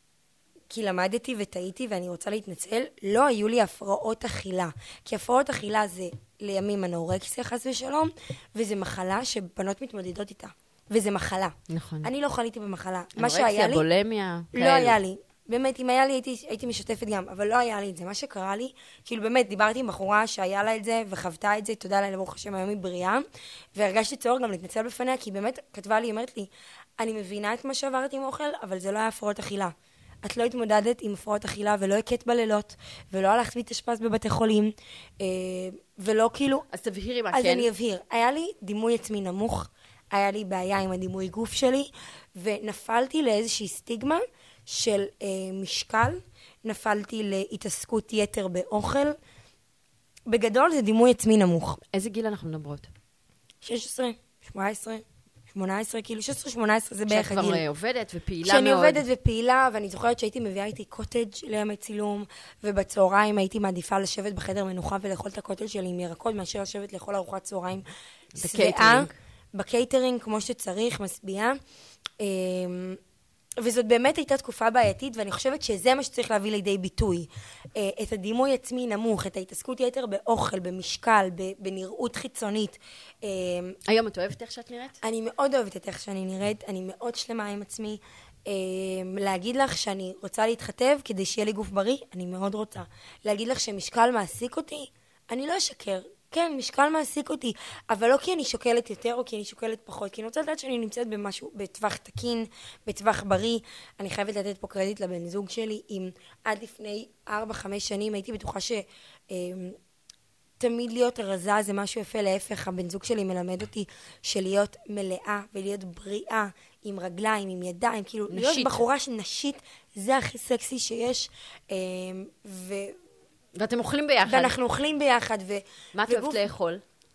C: כי למדתי וטעיתי ואני רוצה להתנצל, לא היו לי הפרעות אכילה. כי הפרעות אכילה זה לימים אנורקסיה חס ושלום, וזה מחלה שבנות מתמודדות איתה. וזה מחלה.
A: נכון.
C: אני לא חליתי במחלה. מה שהיה
A: אנורקסיה,
C: לי,
A: בולמיה,
C: לא היה לי. באמת, אם היה לי, הייתי, הייתי משתפת גם, אבל לא היה לי את זה. מה שקרה לי, כאילו באמת, דיברתי עם בחורה שהיה לה את זה, וחוותה את זה, תודה לה, ברוך השם, היום היא בריאה, והרגשתי צורך גם להתנצל בפניה, כי באמת כתבה לי, היא אומרת לי, אני מבינה את מה שעברתי עם אוכל, אבל זה לא היה הפרעות אכילה. את לא התמודדת עם הפרעות אכילה, ולא הכית בלילות, ולא הלכת להתאשפז בבתי חולים, אה, ולא כאילו...
A: אז תבהירי מה
C: אז
A: כן.
C: אני אבהיר. היה לי דימוי עצמי נמוך, היה לי בעיה עם הדימוי גוף שלי, ונפלתי לאיזושהי סטיגמה של אה, משקל, נפלתי להתעסקות יתר באוכל. בגדול זה דימוי עצמי נמוך.
A: איזה גיל אנחנו מדברות?
C: שש עשרה, שמונה עשרה, שמונה עשרה, כאילו שש עשרה שמונה עשרה זה בערך
A: כשאת
C: הגיל.
A: כבר אה, עובדת ופעילה מאוד.
C: כשאני עובדת ופעילה, ואני זוכרת שהייתי מביאה איתי קוטג' לימי צילום, ובצהריים הייתי מעדיפה לשבת בחדר מנוחה ולאכול את הקוטג' שלי עם ירקות, מאשר לשבת לאכול ארוחת צהריים שבעה,
A: בקייטרינג.
C: בקייטרינג, כמו שצריך, משביעה. אמ, וזאת באמת הייתה תקופה בעייתית, ואני חושבת שזה מה שצריך להביא לידי ביטוי. אה, את הדימוי עצמי נמוך, את ההתעסקות יתר באוכל, במשקל, ב- בנראות חיצונית. אמ,
A: היום את אוהבת איך שאת נראית?
C: אני מאוד אוהבת את איך שאני נראית, אני מאוד שלמה עם עצמי. אה, להגיד לך שאני רוצה להתחתב כדי שיהיה לי גוף בריא, אני מאוד רוצה. להגיד לך שמשקל מעסיק אותי, אני לא אשקר. כן, משקל מעסיק אותי, אבל לא כי אני שוקלת יותר או כי אני שוקלת פחות, כי אני רוצה לדעת שאני נמצאת במשהו, בטווח תקין, בטווח בריא. אני חייבת לתת פה קרדיט לבן זוג שלי, אם עד לפני ארבע חמש שנים הייתי בטוחה ש... אה, תמיד להיות רזה זה משהו יפה, להפך, הבן זוג שלי מלמד אותי שלהיות מלאה ולהיות בריאה עם רגליים, עם ידיים, כאילו
A: נשית.
C: להיות בחורה נשית זה הכי סקסי שיש, אה, ו...
A: ואתם אוכלים ביחד.
C: ואנחנו אוכלים ביחד, ו...
A: מה את
C: וגוף-
A: אוהבת לאכול?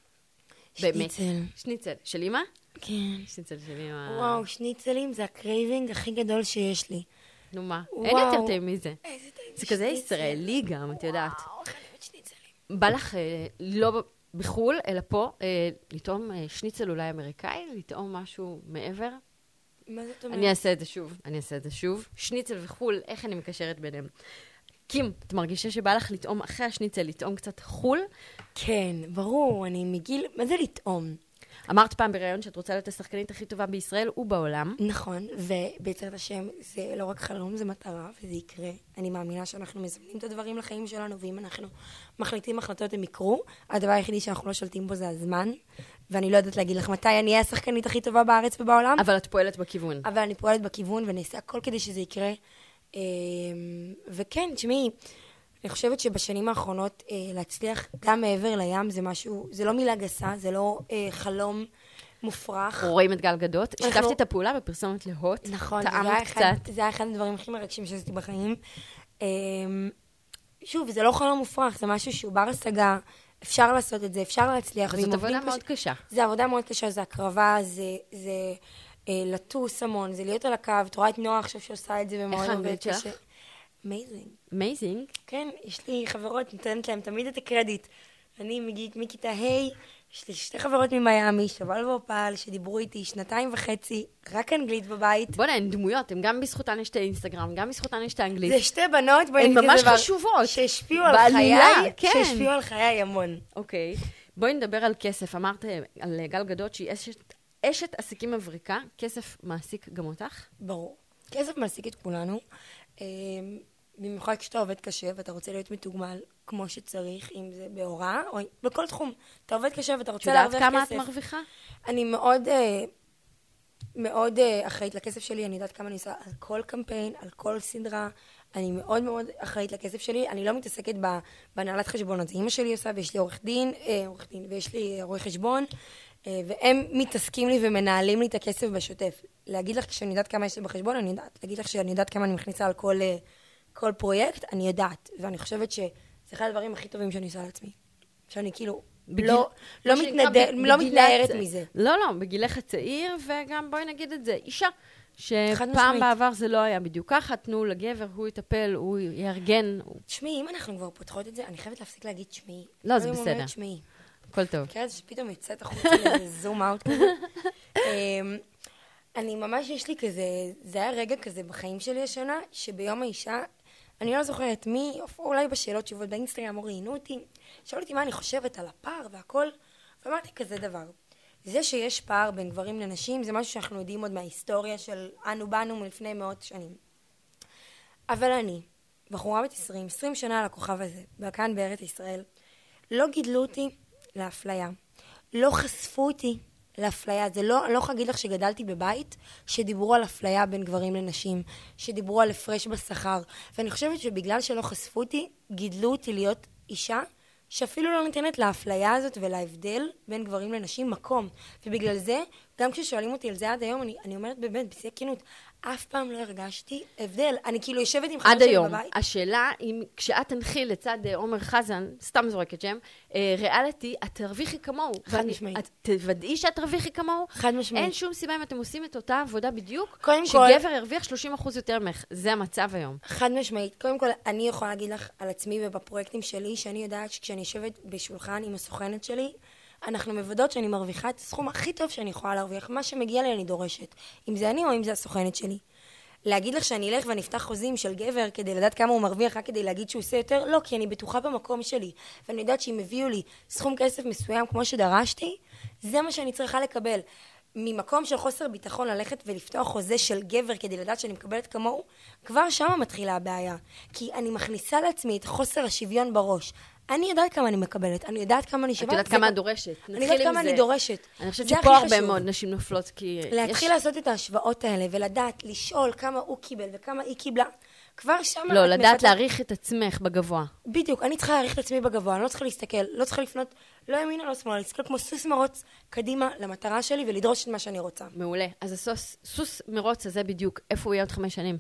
A: באמת.
C: שניצל.
A: שניצל. של אמא?
C: כן.
A: שניצל של אמא.
C: וואו, שניצלים זה הקרייבינג הכי גדול שיש לי.
A: נו מה?
C: וואו.
A: אין יותר טעים מזה.
C: איזה טעים
A: זה כזה
C: שניצל.
A: ישראלי גם, את יודעת.
C: וואו, איך אני אוהבת שניצלים.
A: בא לך אה, לא בחו"ל, אלא פה, אה, לטעום אה, שניצל אולי אמריקאי? לטעום משהו מעבר?
C: מה זאת אומרת?
A: אני אעשה את זה שוב. אני אעשה את זה שוב. שניצל וחו"ל, איך אני מקשרת ביניהם? קים, את מרגישה שבא לך לטעום אחרי השניצל, לטעום קצת חו"ל?
C: כן, ברור, אני מגיל... מה זה לטעום?
A: אמרת פעם בראיון שאת רוצה להיות השחקנית הכי טובה בישראל ובעולם.
C: נכון, ובעצרת השם זה לא רק חלום, זה מטרה, וזה יקרה. אני מאמינה שאנחנו מזמנים את הדברים לחיים שלנו, ואם אנחנו מחליטים החלטות הם יקרו. הדבר היחידי שאנחנו לא שולטים בו זה הזמן, ואני לא יודעת להגיד לך מתי אני אהיה השחקנית הכי טובה בארץ ובעולם,
A: אבל את פועלת בכיוון.
C: אבל אני פועלת בכיוון ונעשה הכל כדי שזה יקרה. אמ, וכן, תשמעי, אני חושבת שבשנים האחרונות אה, להצליח גם מעבר לים זה משהו, זה לא מילה גסה, זה לא אה, חלום מופרך.
A: אנחנו רואים את גל גדות.
C: אנחנו-
A: שיתפתי את הפעולה בפרסומת להוט.
C: נכון, זה
A: טעמת
C: היה, אחד,
A: קצת.
C: זה היה אחד הדברים הכי מרגשים שעשיתי בחיים. אמ, שוב, זה לא חלום מופרך, זה משהו שהוא בר השגה, אפשר לעשות את זה, אפשר להצליח.
A: וזאת
C: ואם
A: עבודה
C: עובדים
A: מאוד קשה.
C: זה עבודה מאוד קשה, זה הקרבה, זה, זה אה, לטוס המון, זה להיות על הקו. את רואה את נועה עכשיו שעושה את זה ומאוד
A: איך האנגלית
C: עובדת
A: שלך?
C: קשה. אמייזינג.
A: אמייזינג.
C: כן, יש לי חברות, נותנת להם תמיד את הקרדיט. אני מגיע- מכיתה ה', יש לי שתי חברות ממיימי, שבל ואופל, שדיברו איתי שנתיים וחצי, רק אנגלית בבית.
A: בוא'נה, הן דמויות, הן גם בזכותן יש את האינסטגרם, גם בזכותן יש את האנגלית.
C: זה שתי בנות, בואי
A: הן
C: נגיד
A: ממש
C: כזה דבר,
A: חשובות.
C: שהשפיעו על
A: בעלילה,
C: חיי,
A: כן.
C: שהשפיעו על חיי המון.
A: אוקיי. בואי נדבר על כסף. אמרת אה, על גל גדות שהיא אשת, אשת עסקים מבריקה. כסף מעסיק גם אותך?
C: ברור. כסף מעסיק את כולנו. אה, במיוחד כשאתה עובד קשה ואתה רוצה להיות מתוגמל כמו שצריך, אם זה בהוראה או בכל תחום. אתה עובד קשה ואתה
A: את
C: רוצה
A: יודעת
C: להרוויח
A: כמה את
C: כסף.
A: מרוויחה?
C: אני מאוד, אה, מאוד uh, אחראית לכסף שלי, אני יודעת כמה אני עושה על כל קמפיין, על כל סדרה, אני מאוד מאוד אחראית לכסף שלי, אני לא מתעסקת בהנהלת חשבונות, זה אמא שלי עושה, ויש לי עורך דין, אה, עורך דין, ויש לי רואה חשבון, אה, והם מתעסקים לי ומנהלים לי את הכסף בשוטף. להגיד לך שאני יודעת כמה יש לי בחשבון, אני יודעת, להגיד לך שאני יודעת כמה אני מכניסה על כל, uh, כל פרויקט, אני יודעת, ואני חושבת שזה אחד הדברים הכי טובים שאני עושה על עצמי. שאני כאילו
A: בגיל,
C: לא, לא, מתנד... לא מתנערת מזה.
A: לא, לא, בגילך הצעיר, וגם בואי נגיד את זה, אישה, שפעם בעבר זה לא היה בדיוק ככה, תנו לגבר, הוא יטפל, הוא יארגן.
C: תשמעי, אם אנחנו כבר פותחות את זה, אני חייבת להפסיק להגיד שמי.
A: לא, זה בסדר. הכל טוב.
C: מכירה את זה שפתאום יוצאת החוצה לאיזה זום אאוט כזה. אני ממש, יש לי כזה, זה היה רגע כזה בחיים שלי השנה, שביום האישה, אני לא זוכרת מי, אולי בשאלות תשובות באינסטגרם, או ראיינו אותי, שאלו אותי מה אני חושבת על הפער והכל, ואמרתי כזה דבר. זה שיש פער בין גברים לנשים, זה משהו שאנחנו יודעים עוד מההיסטוריה של אנו באנו מלפני מאות שנים. אבל אני, בחורה בת עשרים, עשרים שנה על הכוכב הזה, כאן בארץ ישראל, לא גידלו אותי לאפליה, לא חשפו אותי לאפליה. זה לא, אני לא יכולה להגיד לך שגדלתי בבית שדיברו על אפליה בין גברים לנשים, שדיברו על הפרש בשכר, ואני חושבת שבגלל שלא חשפו אותי, גידלו אותי להיות אישה שאפילו לא נותנת לאפליה הזאת ולהבדל בין גברים לנשים מקום. ובגלל זה, גם כששואלים אותי על זה עד היום, אני, אני אומרת באמת, בשיא הכנות, אף פעם לא הרגשתי הבדל. אני כאילו יושבת עם חבר שלי בבית.
A: עד היום, השאלה, אם כשאת תנחי לצד עומר חזן, סתם זורקת שם, ריאליטי, את תרוויחי כמוהו.
C: חד משמעית.
A: את תוודאי שאת תרוויחי כמוהו.
C: חד משמעית.
A: אין שום סיבה אם אתם עושים את אותה עבודה בדיוק,
C: קודם
A: שגבר ירוויח שלושים אחוז יותר ממך. זה המצב היום.
C: חד משמעית. קודם כל, אני יכולה להגיד לך על עצמי ובפרויקטים שלי, שאני יודעת שכשאני יושבת בשולחן עם הסוכנת שלי, אנחנו מוודאות שאני מרוויחה את הסכום הכי טוב שאני יכולה להרוויח. מה שמגיע לי אני דורשת. אם זה אני או אם זה הסוכנת שלי. להגיד לך שאני אלך ואני אפתח חוזים של גבר כדי לדעת כמה הוא מרוויח רק כדי להגיד שהוא עושה יותר? לא, כי אני בטוחה במקום שלי. ואני יודעת שאם הביאו לי סכום כסף מסוים כמו שדרשתי, זה מה שאני צריכה לקבל. ממקום של חוסר ביטחון ללכת ולפתוח חוזה של גבר כדי לדעת שאני מקבלת כמוהו, כבר שם מתחילה הבעיה. כי אני מכניסה לעצמי את חוסר השוויון בראש. אני יודעת כמה אני מקבלת, אני יודעת כמה אני שווה.
A: את יודעת כמה את דורשת.
C: אני יודעת כמה אני דורשת.
A: אני חושבת שפה הרבה מאוד נשים נופלות, כי...
C: להתחיל לעשות את ההשוואות האלה, ולדעת, לשאול כמה הוא קיבל וכמה היא קיבלה. כבר שם...
A: לא, לדעת להעריך את עצמך בגבוה.
C: בדיוק, אני צריכה להעריך את עצמי בגבוה, אני לא צריכה להסתכל, לא צריכה לפנות, לא ימינה, לא שמאלה, להסתכל כמו סוס מרוץ קדימה למטרה שלי, ולדרוש את מה שאני רוצה.
A: מעולה. אז הסוס, סוס מרוץ הזה בדיוק, איפה הוא יהיה עוד חמש שנים?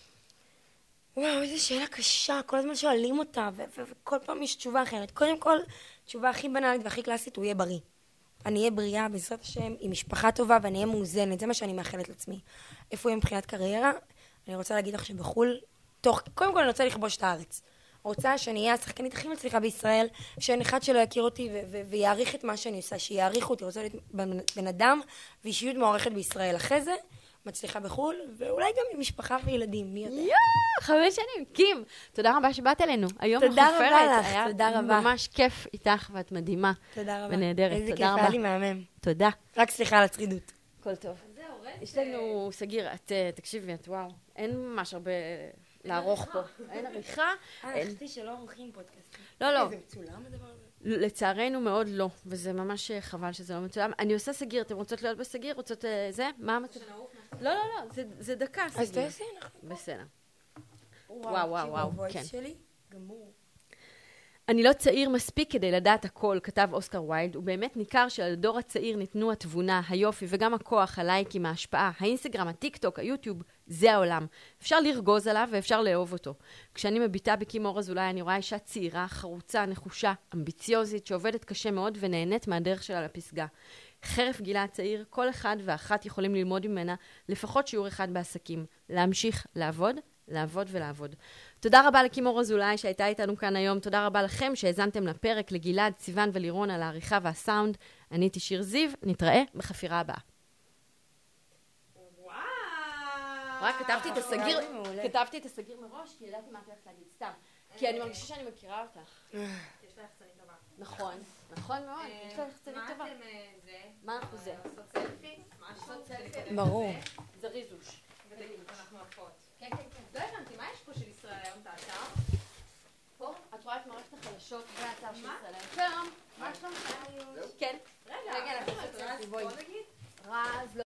C: וואו, איזו שאלה קשה, כל הזמן שואלים אותה, וכל פעם יש תשובה אחרת. קודם כל, תשובה הכי בנאלית והכי קלאסית, הוא יהיה בריא. אני אהיה בריאה, בעזרת השם, עם משפחה טובה, ואני אהיה מאוזנת, זה מה שאני מאחלת לעצמי. איפה הוא יהיה מבחינת קריירה? אני רוצה להגיד לך שבחול, תוך, קודם כל אני רוצה לכבוש את הארץ. רוצה שאני אהיה השחקנית הכי מצליחה בישראל, שאין אחד שלא יכיר אותי ויעריך את מה שאני עושה, שיעריך אותי, רוצה להיות בן אדם, ואישיות מעורכת בישראל. אחרי זה, מצליחה בחול, ואולי גם עם משפחה וילדים, מי יודע.
A: יואו, חמש שנים. קים, תודה רבה שבאת אלינו. היום
C: תודה
A: החופרת.
C: רבה לך, תודה רבה.
A: היה ממש כיף איתך, ואת מדהימה.
C: תודה רבה.
A: ונהדרת,
C: איזה
A: תודה
C: כיף,
A: רבה.
C: היה לי מהמם.
A: תודה.
C: רק סליחה על הצרידות.
A: הכל טוב. יש לנו, סגיר, את, תקשיבי, את וואו, אין ממש הרבה לערוך פה. אין עריכה.
C: אה, חשבתי שלא עורכים פודקאסטים.
A: לא, לא.
C: זה מצולם הדבר הזה?
A: לצערנו מאוד לא, וזה ממש חבל שזה לא מצולם. אני עושה סגיר, אתם רוצות להיות בסגיר? רוצות זה? מה המצב? לא, לא, לא, זה, זה דקה סגיר.
C: אז תעשי, אנחנו...
A: בסדר. וואו, וואו, וואו, כן.
C: שלי, גמור.
A: אני לא צעיר מספיק כדי לדעת הכל, כתב אוסקר ויילד, ובאמת ניכר שלדור הצעיר ניתנו התבונה, היופי וגם הכוח, הלייקים, ההשפעה, האינסטגרם, הטיק טוק, היוטיוב, זה העולם. אפשר לרגוז עליו ואפשר לאהוב אותו. כשאני מביטה בקים אור אזולאי, אני רואה אישה צעירה, חרוצה, נחושה, אמביציוזית, שעובדת קשה מאוד ונהנית מהדרך שלה לפסגה. חרף גילה הצעיר, כל אחד ואחת יכולים ללמוד ממנה לפחות שיעור אחד בעסקים. להמשיך לעבוד, לעבוד ולעבוד. תודה רבה לקים אור אזולאי שהייתה איתנו כאן היום. תודה רבה לכם שהזנתם לפרק, לגלעד, סיוון ולירון על העריכה והסאונד. אני הייתי שיר זיו, נתראה בחפירה הבאה.
B: וואו.
A: רק כתבתי את הסגיר, כתבתי את הסגיר מראש, כי ידעתי מה את הולכת להגיד סתם. כי אני מרגישה שאני מכירה אותך.
B: יש לה יחצנית טובה.
A: נכון, נכון מאוד, יש לה יחצנית טובה.
B: מה אתם זה?
A: מה אנחנו זה?
B: לעשות סלפי? משהו?
C: ברור.
A: זה ריזוש.
B: אנחנו עפות.
A: כן, כן, כן.
B: לא הבנתי, מה יש פה של ישראל היום, את האתר?
A: פה, את רואה את מערכת החדשות והאתר של ישראל. שלום, מה שלומך?